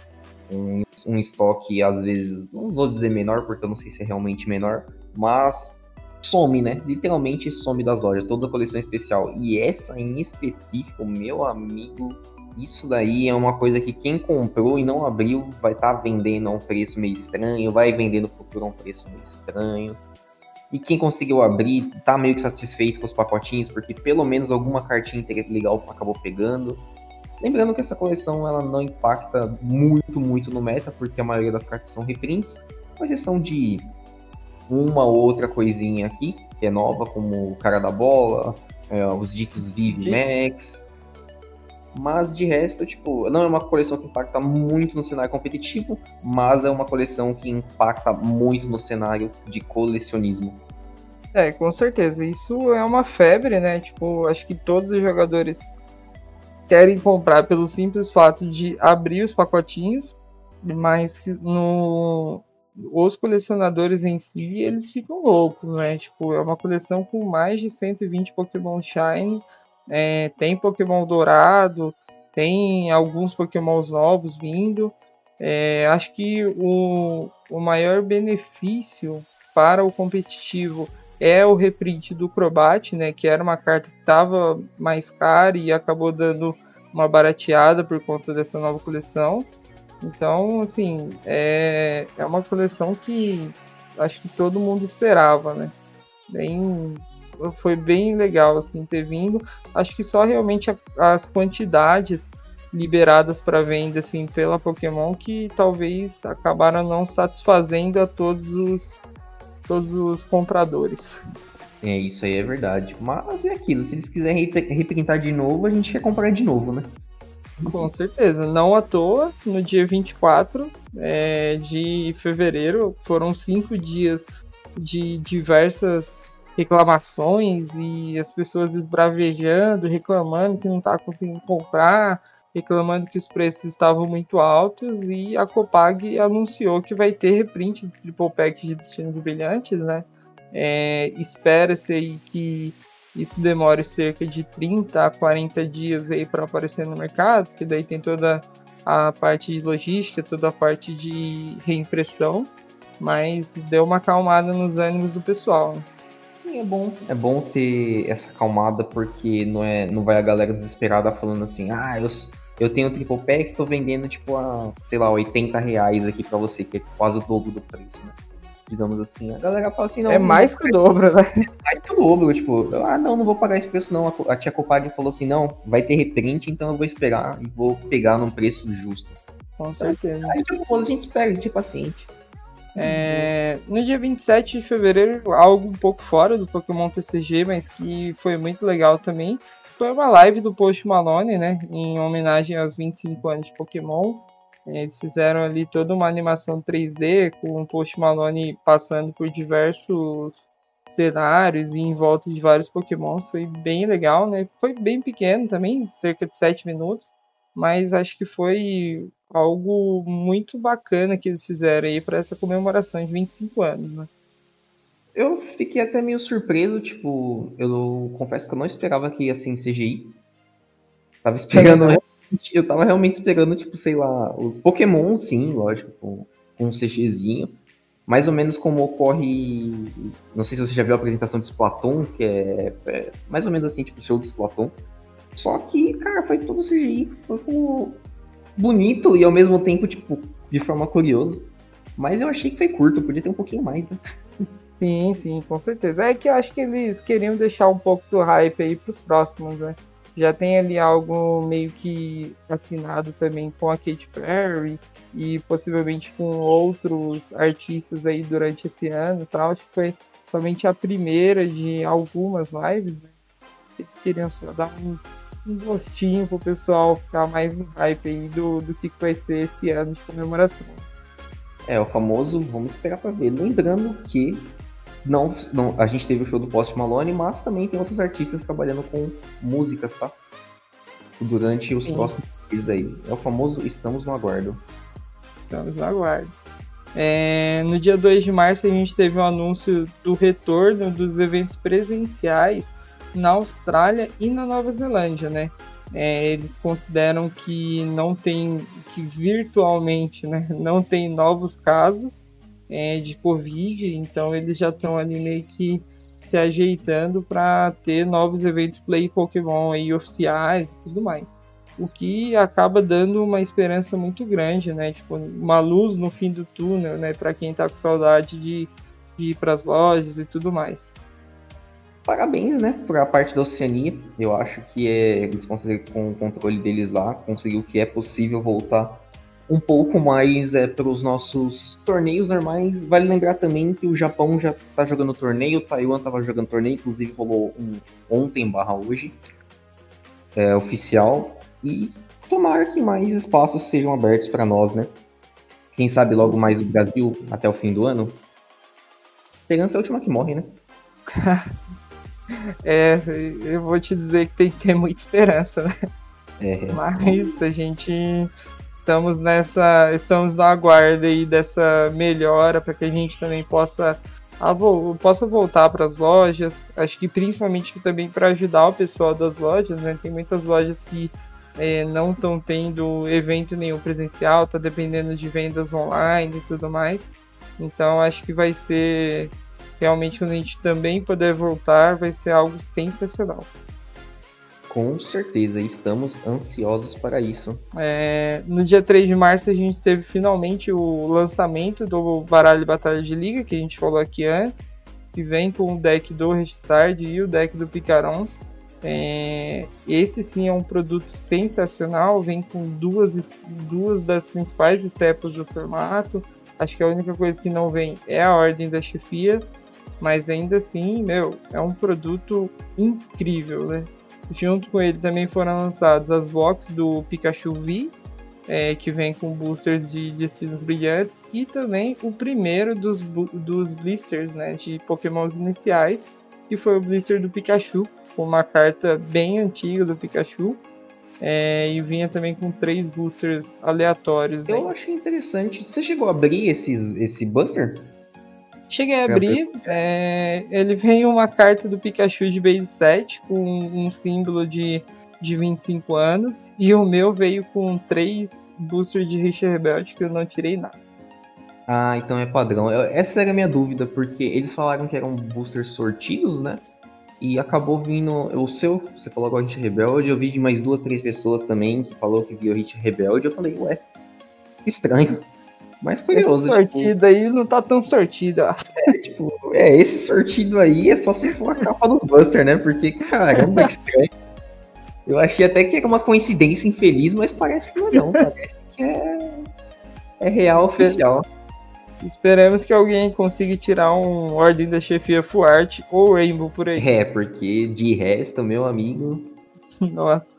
um, um estoque, às vezes, não vou dizer menor, porque eu não sei se é realmente menor, mas some, né? Literalmente some das lojas, toda a coleção especial. E essa em específico, meu amigo, isso daí é uma coisa que quem comprou e não abriu vai estar tá vendendo a um preço meio estranho, vai vender no futuro a um preço meio estranho. E quem conseguiu abrir tá meio que satisfeito com os pacotinhos, porque pelo menos alguma cartinha legal acabou pegando. Lembrando que essa coleção ela não impacta muito, muito no meta, porque a maioria das cartas são reprints, com exceção de uma ou outra coisinha aqui, que é nova, como o cara da bola, é, os ditos Vive Max. Mas de resto, tipo, não é uma coleção que impacta muito no cenário competitivo, mas é uma coleção que impacta muito no cenário de colecionismo. É, com certeza. Isso é uma febre, né? Tipo, acho que todos os jogadores querem comprar pelo simples fato de abrir os pacotinhos, mas no... os colecionadores em si, eles ficam loucos, né? Tipo, é uma coleção com mais de cento e vinte Pokémon Shine, é, tem Pokémon Dourado, tem alguns Pokémons novos vindo. É, acho que o, o maior benefício para o competitivo é o reprint do Crobat, né? Que era uma carta que estava mais cara e acabou dando uma barateada por conta dessa nova coleção. Então, assim, é, é uma coleção que acho que todo mundo esperava, né? Bem, foi bem legal, assim, ter vindo. Acho que só realmente a, as quantidades liberadas para venda, assim, pela Pokémon que talvez acabaram não satisfazendo a todos os, todos os compradores. É, isso aí é verdade. Mas é aquilo, se eles quiserem reprintar de novo, a gente quer comprar de novo, né? Com certeza, não à toa, no dia vinte e quatro é, de fevereiro, foram cinco dias de diversas reclamações e as pessoas esbravejando, reclamando que não está conseguindo comprar, reclamando que os preços estavam muito altos, e a Copag anunciou que vai ter reprint de Triple Pack de Destinos Brilhantes, né? É, espera-se aí que isso demore cerca de trinta a quarenta dias aí para aparecer no mercado, porque daí tem toda a parte de logística, toda a parte de reimpressão, mas deu uma acalmada nos ânimos do pessoal, né? Sim, é bom. É bom ter essa acalmada, porque não, é, não vai a galera desesperada falando assim, ah, eu, eu tenho o Triple Pack, tô vendendo tipo a, sei lá, oitenta reais aqui pra você, que é quase o dobro do preço, né? Digamos assim, a galera fala assim, não... É mais que o dobro, né? É mais que o dobro, tipo, ah, não, não vou pagar esse preço não. A tia Copag falou assim, não, vai ter reprint, então eu vou esperar e vou pegar num preço justo. Com certeza. Aí, tipo, a gente espera, a gente é paciente. É, no dia vinte e sete de fevereiro, algo um pouco fora do Pokémon T C G, mas que foi muito legal também, foi uma live do Post Malone, né, em homenagem aos vinte e cinco anos de Pokémon. Eles fizeram ali toda uma animação três D com o Post Malone passando por diversos cenários e em volta de vários Pokémons. Foi bem legal, né? Foi bem pequeno também, cerca de sete minutos, mas acho que foi algo muito bacana que eles fizeram aí para essa comemoração de vinte e cinco anos, né? Eu fiquei até meio surpreso, tipo, eu confesso que eu não esperava que ia ser em C G I. Tava esperando, né? Eu tava realmente esperando, tipo, sei lá, os Pokémon, sim, lógico, com, com um CGzinho. Mais ou menos como ocorre. Não sei se você já viu a apresentação de Splatoon, que é, é mais ou menos assim, tipo, o show de Splatoon. Só que, cara, foi todo C G I, foi como bonito e ao mesmo tempo, tipo, de forma curiosa. Mas eu achei que foi curto, podia ter um pouquinho mais, né? Sim, sim, com certeza. É que eu acho que eles queriam deixar um pouco do hype aí pros próximos, né? já tem ali algo meio que assinado também com a Katy Perry e possivelmente com outros artistas aí durante esse ano e tal. Acho que foi somente a primeira de algumas lives, né? Eles queriam só dar um, um gostinho pro pessoal ficar mais no hype aí do, do que vai ser esse ano de comemoração. É, o famoso, vamos esperar pra ver. Lembrando que não, não, a gente teve o show do Post Malone, mas também tem outros artistas trabalhando com músicas, tá? Durante os Sim. próximos meses aí. É o famoso estamos no aguardo. Estamos no aguardo. É, no dia dois de março a gente teve o um anúncio do retorno dos eventos presenciais na Austrália e na Nova Zelândia, né? É, eles consideram que não tem, que virtualmente, né, não tem novos casos é, de Covid, então eles já estão ali meio que se ajeitando para ter novos eventos Play Pokémon aí oficiais e tudo mais. O que acaba dando uma esperança muito grande, né? Tipo, uma luz no fim do túnel, né? Para quem tá com saudade de, de ir para as lojas e tudo mais. Parabéns, né? Para a parte da Oceania. Eu acho que é, eles conseguiram, com o controle deles lá, conseguiu que é possível voltar um pouco mais é, para os nossos torneios normais. Vale lembrar também que o Japão já está jogando torneio, o Taiwan estava jogando torneio, inclusive rolou um ontem barra hoje, é, oficial. E tomara que mais espaços sejam abertos para nós, né? Quem sabe logo mais o Brasil até o fim do ano. Esperança é a última que morre, né? É, eu vou te dizer que tem que ter muita esperança, né? É. Mas a gente estamos nessa, estamos na aguarda aí dessa melhora para que a gente também possa a, possa voltar para as lojas. Acho que principalmente também para ajudar o pessoal das lojas, né? Tem muitas lojas que é, não estão tendo evento nenhum presencial, tá dependendo de vendas online e tudo mais. Então acho que vai ser realmente, quando a gente também puder voltar, vai ser algo sensacional. Com certeza, estamos ansiosos para isso. É, no dia três de março a gente teve finalmente o lançamento do baralho Batalha de Liga, que a gente falou aqui antes, que vem com o deck do Richard e o deck do Picaron. É, esse sim é um produto sensacional, vem com duas, duas das principais staples do formato. Acho que a única coisa que não vem é a Ordem da Chefia, mas ainda assim, meu, é um produto incrível, né? Junto com ele também foram lançados as boxes do Pikachu V, é, que vem com boosters de destinos brilhantes, e também o primeiro dos, dos blisters, né, de Pokémons iniciais, que foi o blister do Pikachu, com uma carta bem antiga do Pikachu, é, e vinha também com três boosters aleatórios. Eu né? achei interessante. Você chegou a abrir esses, esse buster? Cheguei a abrir, é, ele vem uma carta do Pikachu de base sete com um símbolo de, de vinte e cinco anos, e o meu veio com três boosters de Richard Rebelde que eu não tirei nada. Ah, então é padrão. Eu, essa era a minha dúvida, porque eles falaram que eram boosters sortidos, né? E acabou vindo o seu, você falou agora Richard Rebelde, eu vi de mais duas, três pessoas também que falou que viu Richard Rebelde, eu falei, ué, estranho. Mas curioso. Esse sortido tipo... aí não tá tão sortido, ó. É, tipo, é, esse sortido aí é só se for a capa do Buster, né? Porque, caramba, que estranho. Eu achei até que era uma coincidência infeliz, mas parece que não é não. Parece que é, é real, Esper... oficial. Esperamos que alguém consiga tirar um Ordem da Chefia Full Art ou Rainbow por aí. É, porque de resto, meu amigo... Nossa.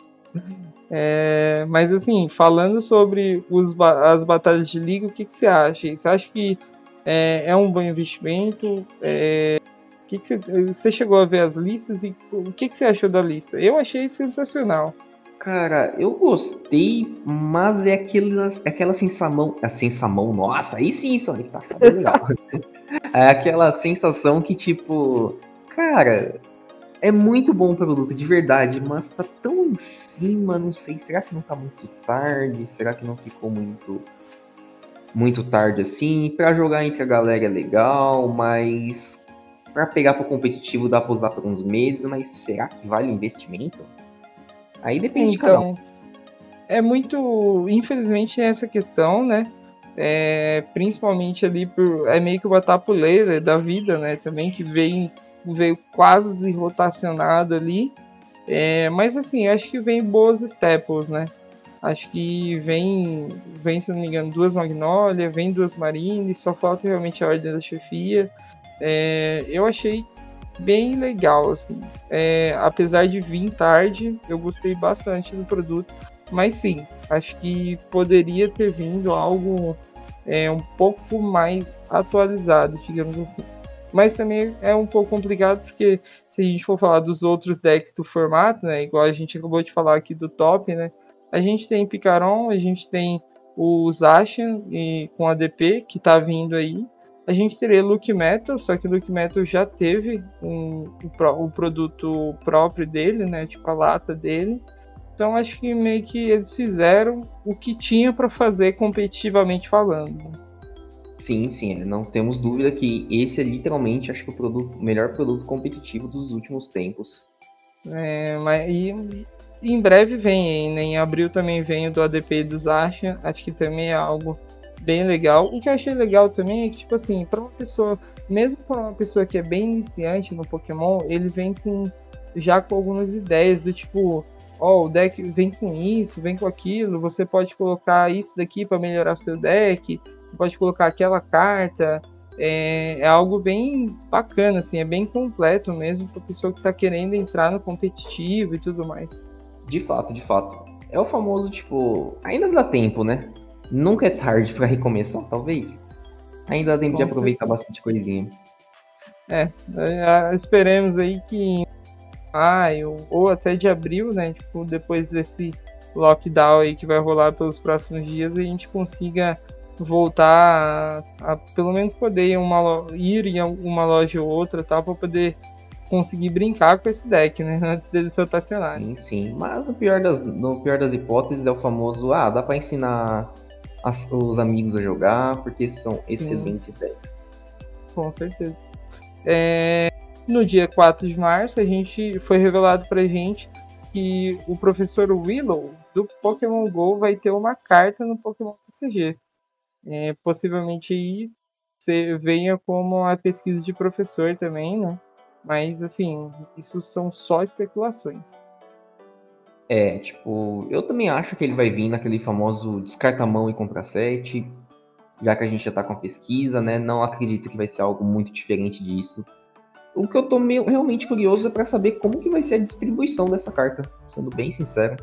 É, mas assim, falando sobre os, as batalhas de liga, o que, que você acha? Você acha que é, é um bom investimento? É, que que você, você chegou a ver as listas e o que, que você achou da lista? Eu achei sensacional. Cara, eu gostei, mas é aquela, aquela sensação, a sensação, nossa, aí sim, Sonic, tá legal. É aquela sensação que, tipo, cara, é muito bom o produto, de verdade, mas tá tão em cima, não sei, será que não tá muito tarde? Será que não ficou muito muito tarde assim? Pra jogar entre a galera é legal, mas pra pegar pro competitivo dá pra usar por uns meses, mas será que vale o investimento? Aí depende então, de cada um. É muito, infelizmente, essa questão, né? É, principalmente ali por, é meio que o Batapuleira da vida, né? Também que veio, veio quase rotacionado ali. É, mas assim, acho que vem boas staples, né? Acho que vem, vem, se não me engano, duas Magnolia, vem duas Marines, só falta realmente a Ordem da Chefia. É, eu achei bem legal, assim. É, apesar de vir tarde, eu gostei bastante do produto. Mas sim, acho que poderia ter vindo algo é, um pouco mais atualizado, digamos assim. Mas também é um pouco complicado, porque se a gente for falar dos outros decks do formato, né, igual a gente acabou de falar aqui do top, né, a gente tem Picaron, a gente tem o Zacian e, com A D P, que tá vindo aí. A gente teria Look Metal, só que o Look Metal já teve um, o, o produto próprio dele, né, tipo a lata dele. Então acho que meio que eles fizeram o que tinha para fazer competitivamente falando. Sim, sim, é. Não temos dúvida que esse é literalmente, acho que o, produto, o melhor produto competitivo dos últimos tempos. É, mas e, e em breve vem, né? Em abril também vem o do A D P e do Zacian, acho que também é algo bem legal. O que eu achei legal também é que, tipo assim, para uma pessoa, mesmo para uma pessoa que é bem iniciante no Pokémon, ele vem com já com algumas ideias do tipo, ó, oh, o deck vem com isso, vem com aquilo, você pode colocar isso daqui para melhorar seu deck, você pode colocar aquela carta. É, é algo bem bacana, assim, é bem completo mesmo para pessoa que está querendo entrar no competitivo e tudo mais. De fato, de fato. É o famoso, tipo, ainda dá tempo, né? Nunca é tarde para recomeçar, talvez. Ainda dá tempo de aproveitar bastante coisinha. É, é, esperemos aí que em maio ou até de abril, né, tipo, depois desse lockdown aí que vai rolar pelos próximos dias, a gente consiga voltar a, a pelo menos poder ir, uma, ir em uma loja ou outra, tal, para poder conseguir brincar com esse deck, né, antes dele ser rotacionário. Sim, sim. Mas no pior das, no pior das hipóteses é o famoso, ah, dá para ensinar as, os amigos a jogar, porque são sim, excelentes decks. Com certeza. É, no dia quatro de março, a gente foi revelado pra gente que o professor Willow do Pokémon GO vai ter uma carta no Pokémon T C G. É, possivelmente aí você venha como uma pesquisa de professor também, né? Mas assim, isso são só especulações. É, tipo, eu também acho que ele vai vir naquele famoso descarta-mão e contra sete, já que a gente já tá com a pesquisa, né? Não acredito que vai ser algo muito diferente disso. O que eu tô meio, realmente curioso é para saber como que vai ser a distribuição dessa carta, sendo bem sincero.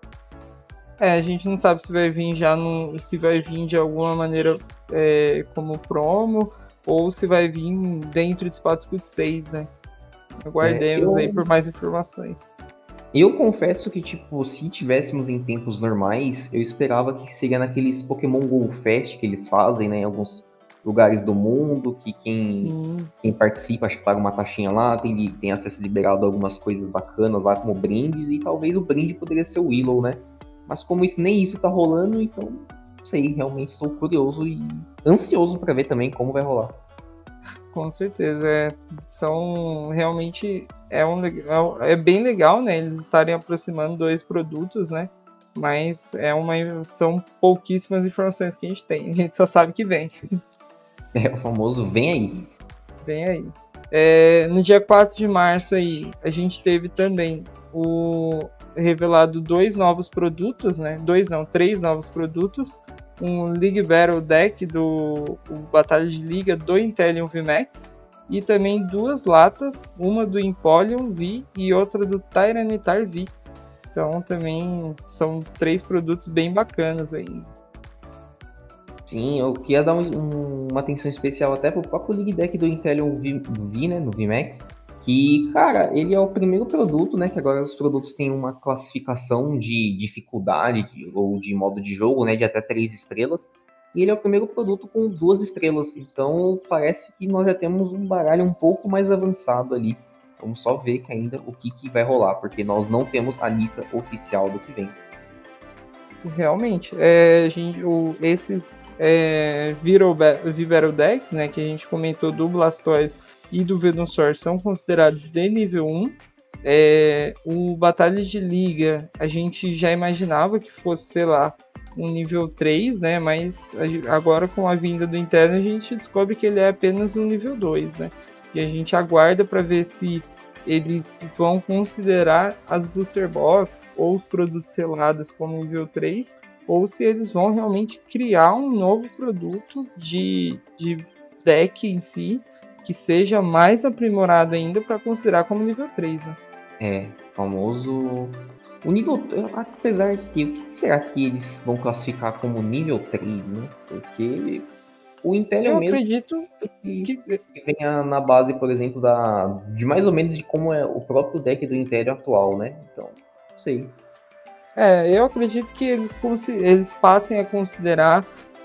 É, a gente não sabe se vai vir já no, se vai vir de alguma maneira é, como promo ou se vai vir dentro de Spartacus seis, né? Aguardemos é, eu... aí por mais informações. Eu confesso que, tipo, se tivéssemos em tempos normais, eu esperava que seria naqueles Pokémon Go Fest que eles fazem, né, em alguns lugares do mundo, que quem, quem participa, acho que paga uma taxinha lá, tem, tem acesso liberado a algumas coisas bacanas lá, como brindes, e talvez o brinde poderia ser o Willow, né? Mas como isso, nem isso tá rolando, então, não sei, realmente estou curioso e ansioso para ver também como vai rolar. Com certeza, é, são realmente é, um, é bem legal, né? Eles estarem aproximando dois produtos, né? Mas é uma, são pouquíssimas informações que a gente tem. A gente só sabe que vem. É o famoso vem aí. Vem aí. É, no dia quatro de março aí, a gente teve também o revelado dois novos produtos, né? Dois não, três novos produtos. Um League Battle Deck do Batalha de Liga do Inteleon V MAX e também duas latas, uma do Empoleon V e outra do Tyranitar V. Então também são três produtos bem bacanas aí. Sim, eu queria dar um, um, uma atenção especial até pro próprio League Deck do Inteleon V, do V, né, no V MAX. Que, cara, ele é o primeiro produto, né, que agora os produtos têm uma classificação de dificuldade de, ou de modo de jogo, né, de até três estrelas. E ele é o primeiro produto com duas estrelas. Então, parece que nós já temos um baralho um pouco mais avançado ali. Vamos só ver que ainda o que, que vai rolar, porque nós não temos a lista oficial do que vem. Realmente, é, a gente, o, esses é, V-Battle Decks, né, que a gente comentou do Blastoise e do Venusaur são considerados de nível um. É, o Batalha de Liga a gente já imaginava que fosse, sei lá, um nível três, né? Mas agora com a vinda do Interno a gente descobre que ele é apenas um nível dois, né? E a gente aguarda para ver se eles vão considerar as Booster Box ou os produtos selados como nível três, ou se eles vão realmente criar um novo produto de, de deck em si, que seja mais aprimorado ainda para considerar como nível três, né? É, famoso... O nível... Apesar que... O que será que eles vão classificar como nível três, né? Porque o Império Eu mesmo acredito que, que... que venha na base, por exemplo, da, de mais ou menos de como é o próprio deck do Império atual, né? Então, não sei. É, eu acredito que eles, eles passem a considerar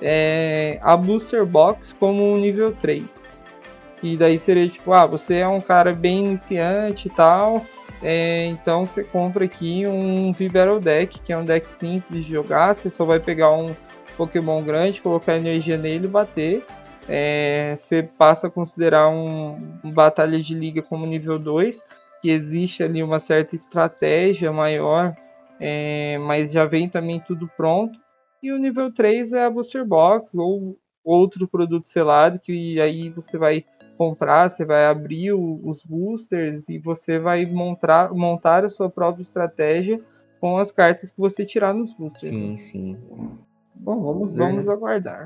é, a Booster Box como um nível três. E daí seria tipo, ah, você é um cara bem iniciante e tal, é, então você compra aqui um V-Battle Deck, que é um deck simples de jogar, você só vai pegar um Pokémon grande, colocar energia nele e bater. É, você passa a considerar um, um Batalha de Liga como nível dois, que existe ali uma certa estratégia maior, é, mas já vem também tudo pronto. E o nível três é a Booster Box ou outro produto selado, que aí você vai comprar, você vai abrir o, os boosters e você vai montar, montar a sua própria estratégia com as cartas que você tirar nos boosters. Sim, né? sim. Bom, vamos ver, Vamos né? aguardar.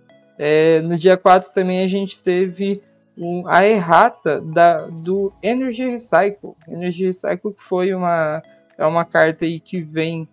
É, no dia quatro também a gente teve um, a errata da, do Energy Recycle. Energy Recycle que foi uma, é uma carta aí que vem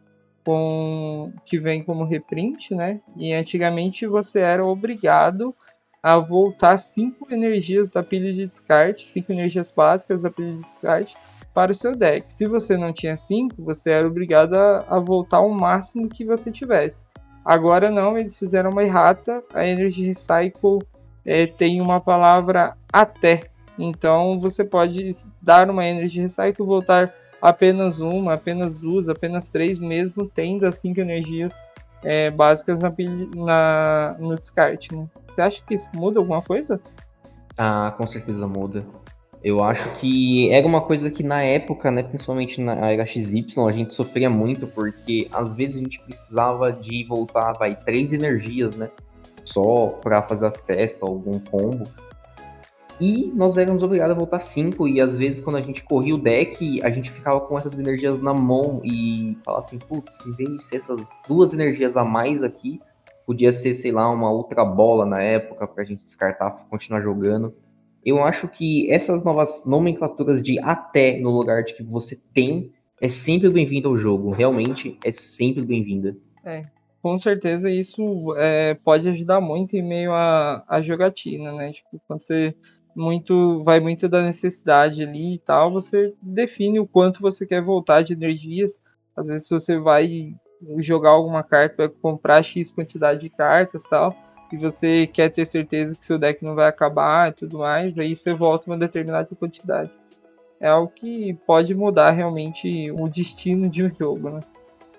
com que vem como reprint, né? E antigamente você era obrigado a voltar cinco energias da pilha de descarte, cinco energias básicas da pilha de descarte para o seu deck. Se você não tinha cinco, você era obrigado a, a voltar o máximo que você tivesse. Agora não, eles fizeram uma errata, a Energy Recycle é, tem uma palavra até. Então você pode dar uma Energy Recycle, voltar apenas uma, apenas duas, apenas três, mesmo tendo as cinco energias é, básicas na, na, no descarte. Né? Você acha que isso muda alguma coisa? Ah, com certeza muda. Eu acho que era uma coisa que na época, né, principalmente na era X Y, a gente sofria muito, porque às vezes a gente precisava de voltar, vai, três energias, né, só para fazer acesso a algum combo. E nós éramos obrigados a voltar cinco, e às vezes quando a gente corria o deck, a gente ficava com essas energias na mão e falava assim, putz, em vez de ser essas duas energias a mais aqui, podia ser, sei lá, uma Ultra Bola na época pra gente descartar, continuar jogando. Eu acho que essas novas nomenclaturas de até no lugar de que você tem é sempre bem-vindo ao jogo. Realmente é sempre bem-vinda. É, com certeza isso é, pode ajudar muito em meio à, à jogatina, né? Tipo, quando você muito vai muito da necessidade ali e tal, você define o quanto você quer voltar de energias. Às vezes você vai jogar alguma carta, vai comprar X quantidade de cartas e tal, e você quer ter certeza que seu deck não vai acabar e tudo mais, aí você volta uma determinada quantidade. É algo que pode mudar realmente o destino de um jogo, né?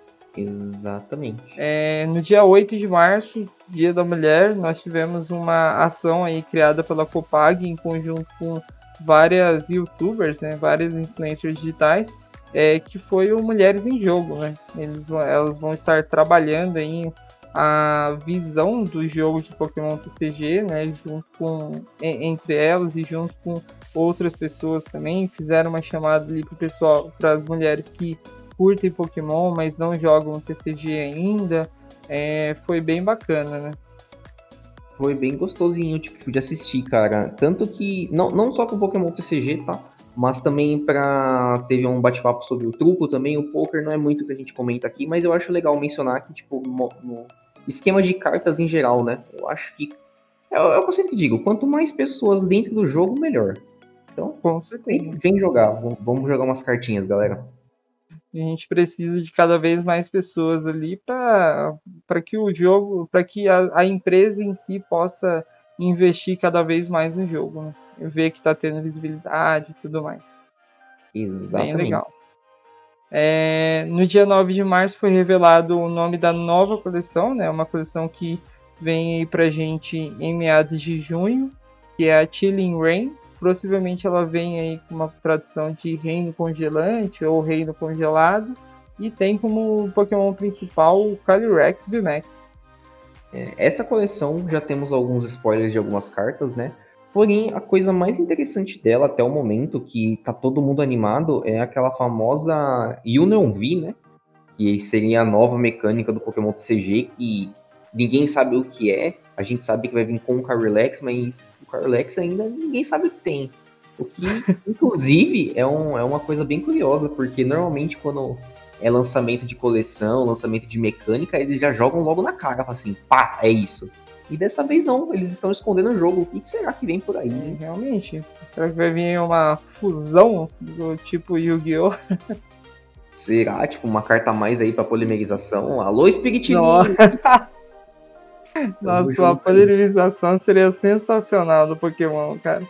Exatamente. É, no dia oito de março, Dia da Mulher, nós tivemos uma ação aí criada pela Copag em conjunto com várias youtubers, né, várias influencers digitais, é, que foi o Mulheres em Jogo. Né? Eles, elas vão estar trabalhando aí a visão do jogo de Pokémon T C G, né, junto com, entre elas e junto com outras pessoas também. Fizeram uma chamada ali para o pessoal, para as mulheres que curtem Pokémon, mas não jogam T C G ainda. É, foi bem bacana, né? Foi bem gostosinho, tipo, de assistir, cara. Tanto que, não, não só pro Pokémon T C G, tá? Mas também pra... Teve um bate-papo sobre o truco também. O poker não é muito que a gente comenta aqui, mas eu acho legal mencionar que, tipo, no, no esquema de cartas em geral, né? Eu acho que... É, é o que eu sempre digo, quanto mais pessoas dentro do jogo, melhor. Então, Com certeza. vem, vem jogar. Vamos jogar umas cartinhas, galera. A gente precisa de cada vez mais pessoas ali para que o jogo, para que a, a empresa em si possa investir cada vez mais no jogo, né? Ver que está tendo visibilidade e tudo mais. Exatamente. Bem legal. É, no dia nove de março foi revelado o nome da nova coleção, né? Uma coleção que vem aí pra gente em meados de junho, que é a Chilling Reign. Possivelmente ela vem aí com uma tradução de Reino Congelante ou Reino Congelado. E tem como Pokémon principal o Calyrex V MAX. É, essa coleção já temos alguns spoilers de algumas cartas, né? Porém, a coisa mais interessante dela até o momento, que tá todo mundo animado, é aquela famosa Union V, né? Que seria a nova mecânica do Pokémon T C G, que ninguém sabe o que é. A gente sabe que vai vir com o Carylex, mas o Carylex ainda ninguém sabe o que tem. O que, inclusive, é, um, é uma coisa bem curiosa, porque normalmente quando é lançamento de coleção, lançamento de mecânica, eles já jogam logo na cara, falam assim, pá, é isso. E dessa vez não, eles estão escondendo o jogo. O que será que vem por aí? É, realmente. Será que vai vir uma fusão do tipo Yu-Gi-Oh? Será, tipo, uma carta a mais aí pra polimerização? Alô, Spirit Nossa, Link! Nossa, uma polarização seria sensacional do Pokémon, cara.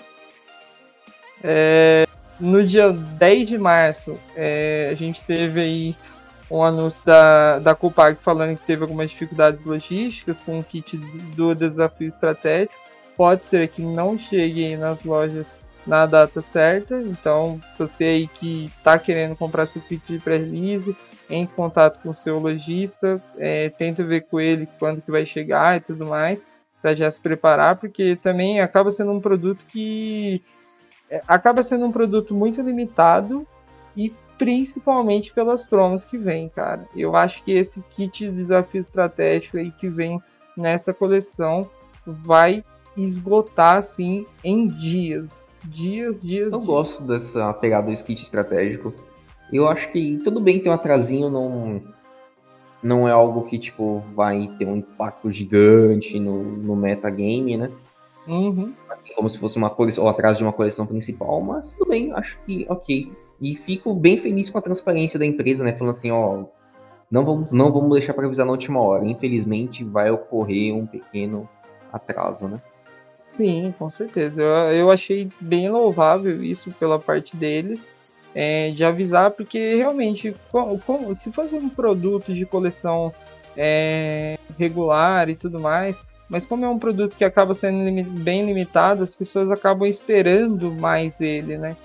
É, no dia dez de março, é, a gente teve aí um anúncio da, da Copag falando que teve algumas dificuldades logísticas com o kit do desafio estratégico. Pode ser que não chegue aí nas lojas na data certa, então você aí que está querendo comprar seu kit de pré-release, entre em contato com o seu lojista, é, tenta ver com ele quando que vai chegar e tudo mais, para já se preparar, porque também acaba sendo um produto que é, acaba sendo um produto muito limitado e principalmente pelas promos que vem, cara. Eu acho que esse kit de desafio estratégico aí que vem nessa coleção vai esgotar assim em dias. Dias, dias, Eu dias. gosto dessa pegada do kit estratégico. Eu acho que tudo bem ter um atrasinho, não, não é algo que tipo, vai ter um impacto gigante no, no metagame, né? Uhum. Como se fosse uma coleção, ou atrás de uma coleção principal, mas tudo bem, acho que ok. E fico bem feliz com a transparência da empresa, né? Falando assim, ó, não vamos, não vamos deixar para avisar na última hora. Infelizmente vai ocorrer um pequeno atraso, né? Sim, com certeza. Eu, eu achei bem louvável isso pela parte deles, é, de avisar, porque realmente, como, como, se fosse um produto de coleção é, regular e tudo mais, mas como é um produto que acaba sendo limi- bem limitado, as pessoas acabam esperando mais ele, né?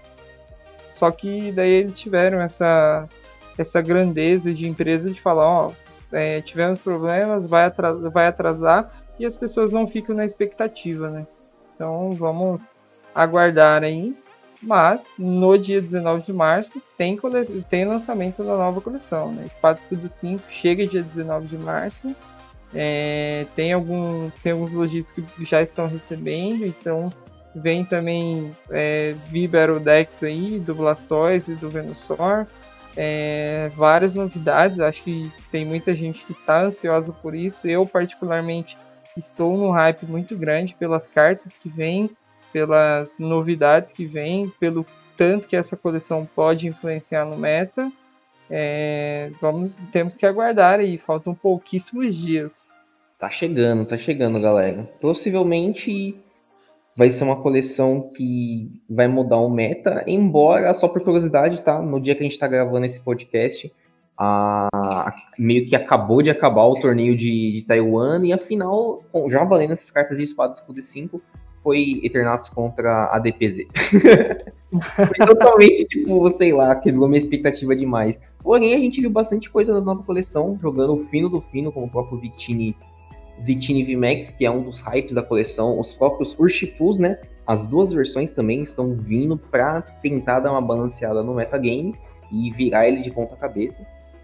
Só que daí eles tiveram essa, essa grandeza de empresa de falar, ó, é, tivemos problemas, vai atrasar, vai atrasar, e as pessoas não ficam na expectativa, né? Então vamos aguardar aí. Mas no dia dezenove de março tem, cole... tem lançamento da nova coleção, né? Espada Escudo cinco chega dia dezenove de março. É, tem, algum, tem alguns lojistas que já estão recebendo, então vem também é, V-Battle Decks aí, do Blastoise e do Venusaur. É, várias novidades, acho que tem muita gente que está ansiosa por isso. Eu, particularmente, estou num hype muito grande pelas cartas que vêm, pelas novidades que vêm, pelo tanto que essa coleção pode influenciar no meta. É, vamos, temos que aguardar aí, faltam pouquíssimos dias. Tá chegando, tá chegando, galera. Possivelmente vai ser uma coleção que vai mudar o meta, embora, só por curiosidade, tá? No dia que a gente tá gravando esse podcast, a, meio que acabou de acabar o torneio de, de Taiwan, e afinal, já valendo essas cartas de espada Escudo cinco, foi Eternatus contra a D P Z. Foi totalmente, tipo, sei lá, quebrou minha expectativa demais. Porém, a gente viu bastante coisa da nova coleção, jogando o fino do fino, como o próprio Victini Victini V MAX, que é um dos hypes da coleção, os próprios Urshifus, né? As duas versões também estão vindo para tentar dar uma balanceada no metagame e virar ele de ponta cabeça.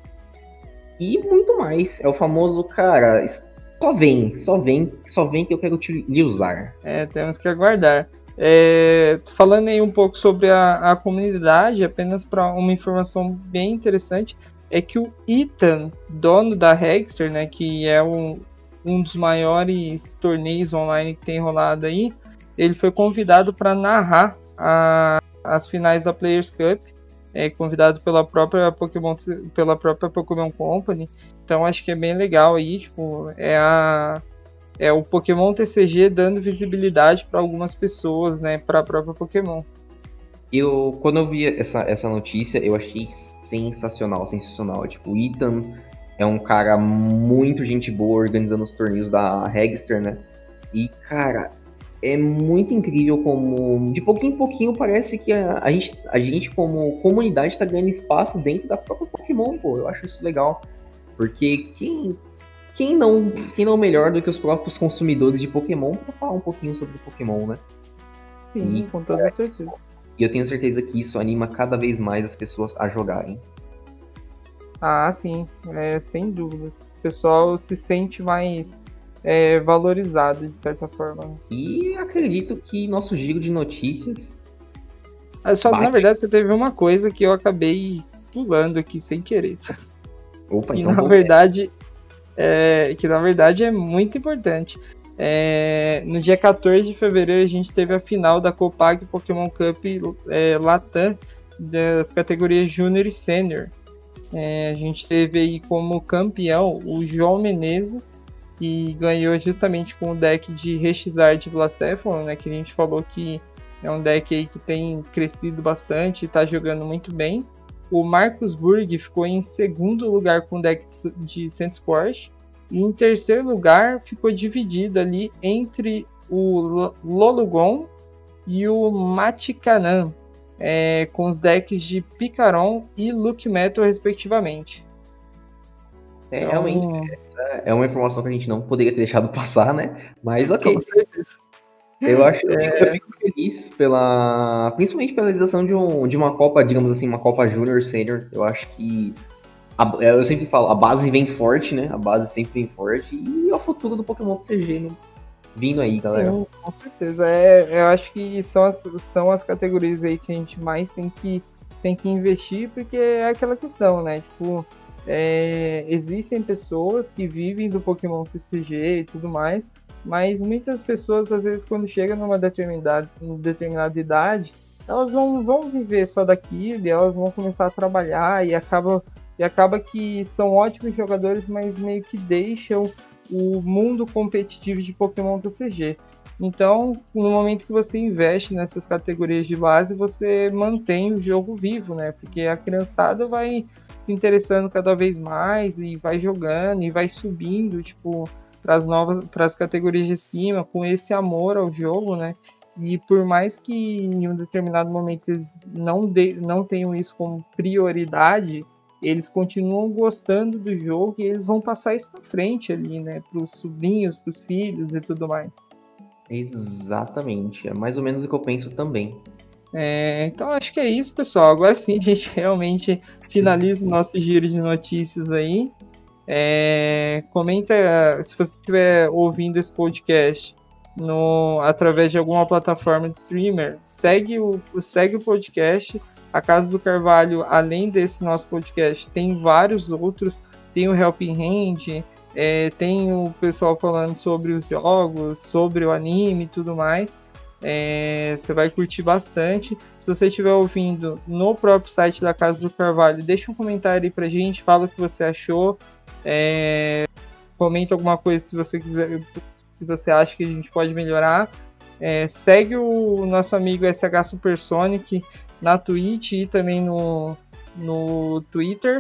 E muito mais. É o famoso, cara, só vem, só vem, só vem que eu quero te usar. É, temos que aguardar. É, falando aí um pouco sobre a, a comunidade, apenas para uma informação bem interessante, é que o Ethan, dono da Hexter, né, que é um, um dos maiores torneios online que tem rolado aí, ele foi convidado para narrar a, as finais da Players Cup, é, convidado pela própria Pokémon, pela própria Pokémon Company. Então acho que é bem legal aí, tipo, é a é o Pokémon T C G dando visibilidade para algumas pessoas, né, para a própria Pokémon. Eu, quando eu vi essa, essa notícia, eu achei sensacional, sensacional. Tipo, o Ethan é um cara muito gente boa organizando os torneios da Hexter, né? E, cara, é muito incrível como, de pouquinho em pouquinho, parece que a, a, gente, a gente, como comunidade, está ganhando espaço dentro da própria Pokémon, pô. Eu acho isso legal. Porque quem, quem não, quem não melhor do que os próprios consumidores de Pokémon para falar um pouquinho sobre Pokémon, né? Sim, e, com toda certeza. E eu tenho certeza que isso anima cada vez mais as pessoas a jogarem. Ah, sim, é, sem dúvidas. O pessoal se sente mais é, valorizado, de certa forma. E acredito que nosso giro de notícias... Só, na verdade, você teve uma coisa que eu acabei pulando aqui sem querer. Opa, que, então na verdade, é, que na verdade é muito importante. É, no dia quatorze de fevereiro a gente teve a final da Copag Pokémon Cup é, Latam das categorias Júnior e Sênior. É, a gente teve aí como campeão o João Menezes, que ganhou justamente com o deck de Rexizard e Blacephalon, né, que a gente falou que é um deck aí que tem crescido bastante e está jogando muito bem. O Marcos Burg ficou em segundo lugar com o deck de Centiskorch. E em terceiro lugar ficou dividido ali entre o Lolugon e o Matikanan, é, com os decks de Picaron e Luke Metal, respectivamente. É, então... realmente, essa é uma informação que a gente não poderia ter deixado passar, né? Mas ok. Com certeza. Eu acho que é... eu fico feliz pela, principalmente pela realização de, um, de uma Copa, digamos assim, uma Copa Júnior Sênior. Eu acho que A, eu sempre falo, a base vem forte, né? A base sempre vem forte. E é o futuro do Pokémon C G, né? Vindo aí, galera. Sim, com certeza. É, eu acho que são as, são as categorias aí que a gente mais tem que, tem que investir, porque é aquela questão, né? Tipo, é, existem pessoas que vivem do Pokémon T C G e tudo mais, mas muitas pessoas, às vezes, quando chegam numa determinada, numa determinada idade, elas não vão viver só daquilo, e elas vão começar a trabalhar e acaba, e acaba que são ótimos jogadores, mas meio que deixam o mundo competitivo de Pokémon T C G. Então, no momento que você investe nessas categorias de base, você mantém o jogo vivo, né? Porque a criançada vai se interessando cada vez mais e vai jogando e vai subindo, tipo, para as novas, para as categorias de cima, com esse amor ao jogo, né? E por mais que em um determinado momento eles não, de, não tenham isso como prioridade, eles continuam gostando do jogo e eles vão passar isso para frente ali, né? Para os sobrinhos, para os filhos e tudo mais. Exatamente, é mais ou menos o que eu penso também. É, então acho que é isso, pessoal. Agora sim a gente realmente finaliza o nosso giro de notícias aí. É, comenta se você estiver ouvindo esse podcast no, através de alguma plataforma de streamer, segue o, segue o podcast. A Casa do Carvalho, além desse nosso podcast, tem vários outros. Tem o Helping Hand, é, tem o pessoal falando sobre os jogos, sobre o anime e tudo mais. É, você vai curtir bastante. Se você estiver ouvindo no próprio site da Casa do Carvalho, deixa um comentário aí pra gente, fala o que você achou. É, comenta alguma coisa se você quiser, se você acha que a gente pode melhorar. É, segue o nosso amigo S H Supersonic na Twitch e também no, no Twitter.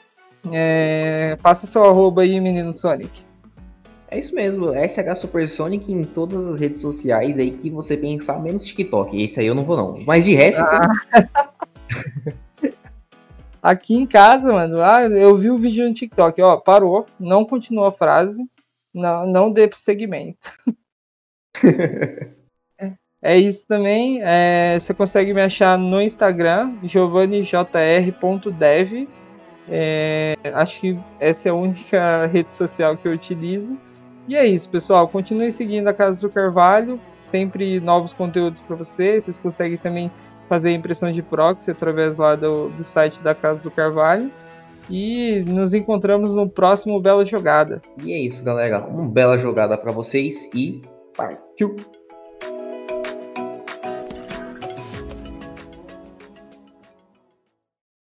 É, passa seu arroba aí, menino Sonic. É isso mesmo, S H Supersonic em todas as redes sociais aí que você pensar, menos TikTok. Esse aí eu não vou não. Mas de resto... Ah. Aqui em casa, mano, ah, eu vi o vídeo no TikTok, ó, parou, não continua a frase, não, não dê prosseguimento. é, é isso também, é, você consegue me achar no Instagram, giovanni j r ponto dev, é, acho que essa é a única rede social que eu utilizo. E é isso, pessoal, continue seguindo a Casa do Carvalho, sempre novos conteúdos para vocês, vocês conseguem também fazer impressão de proxy através lá do, do site da Casa do Carvalho. E nos encontramos no próximo Bela Jogada. E é isso, galera. Uma bela jogada para vocês e partiu!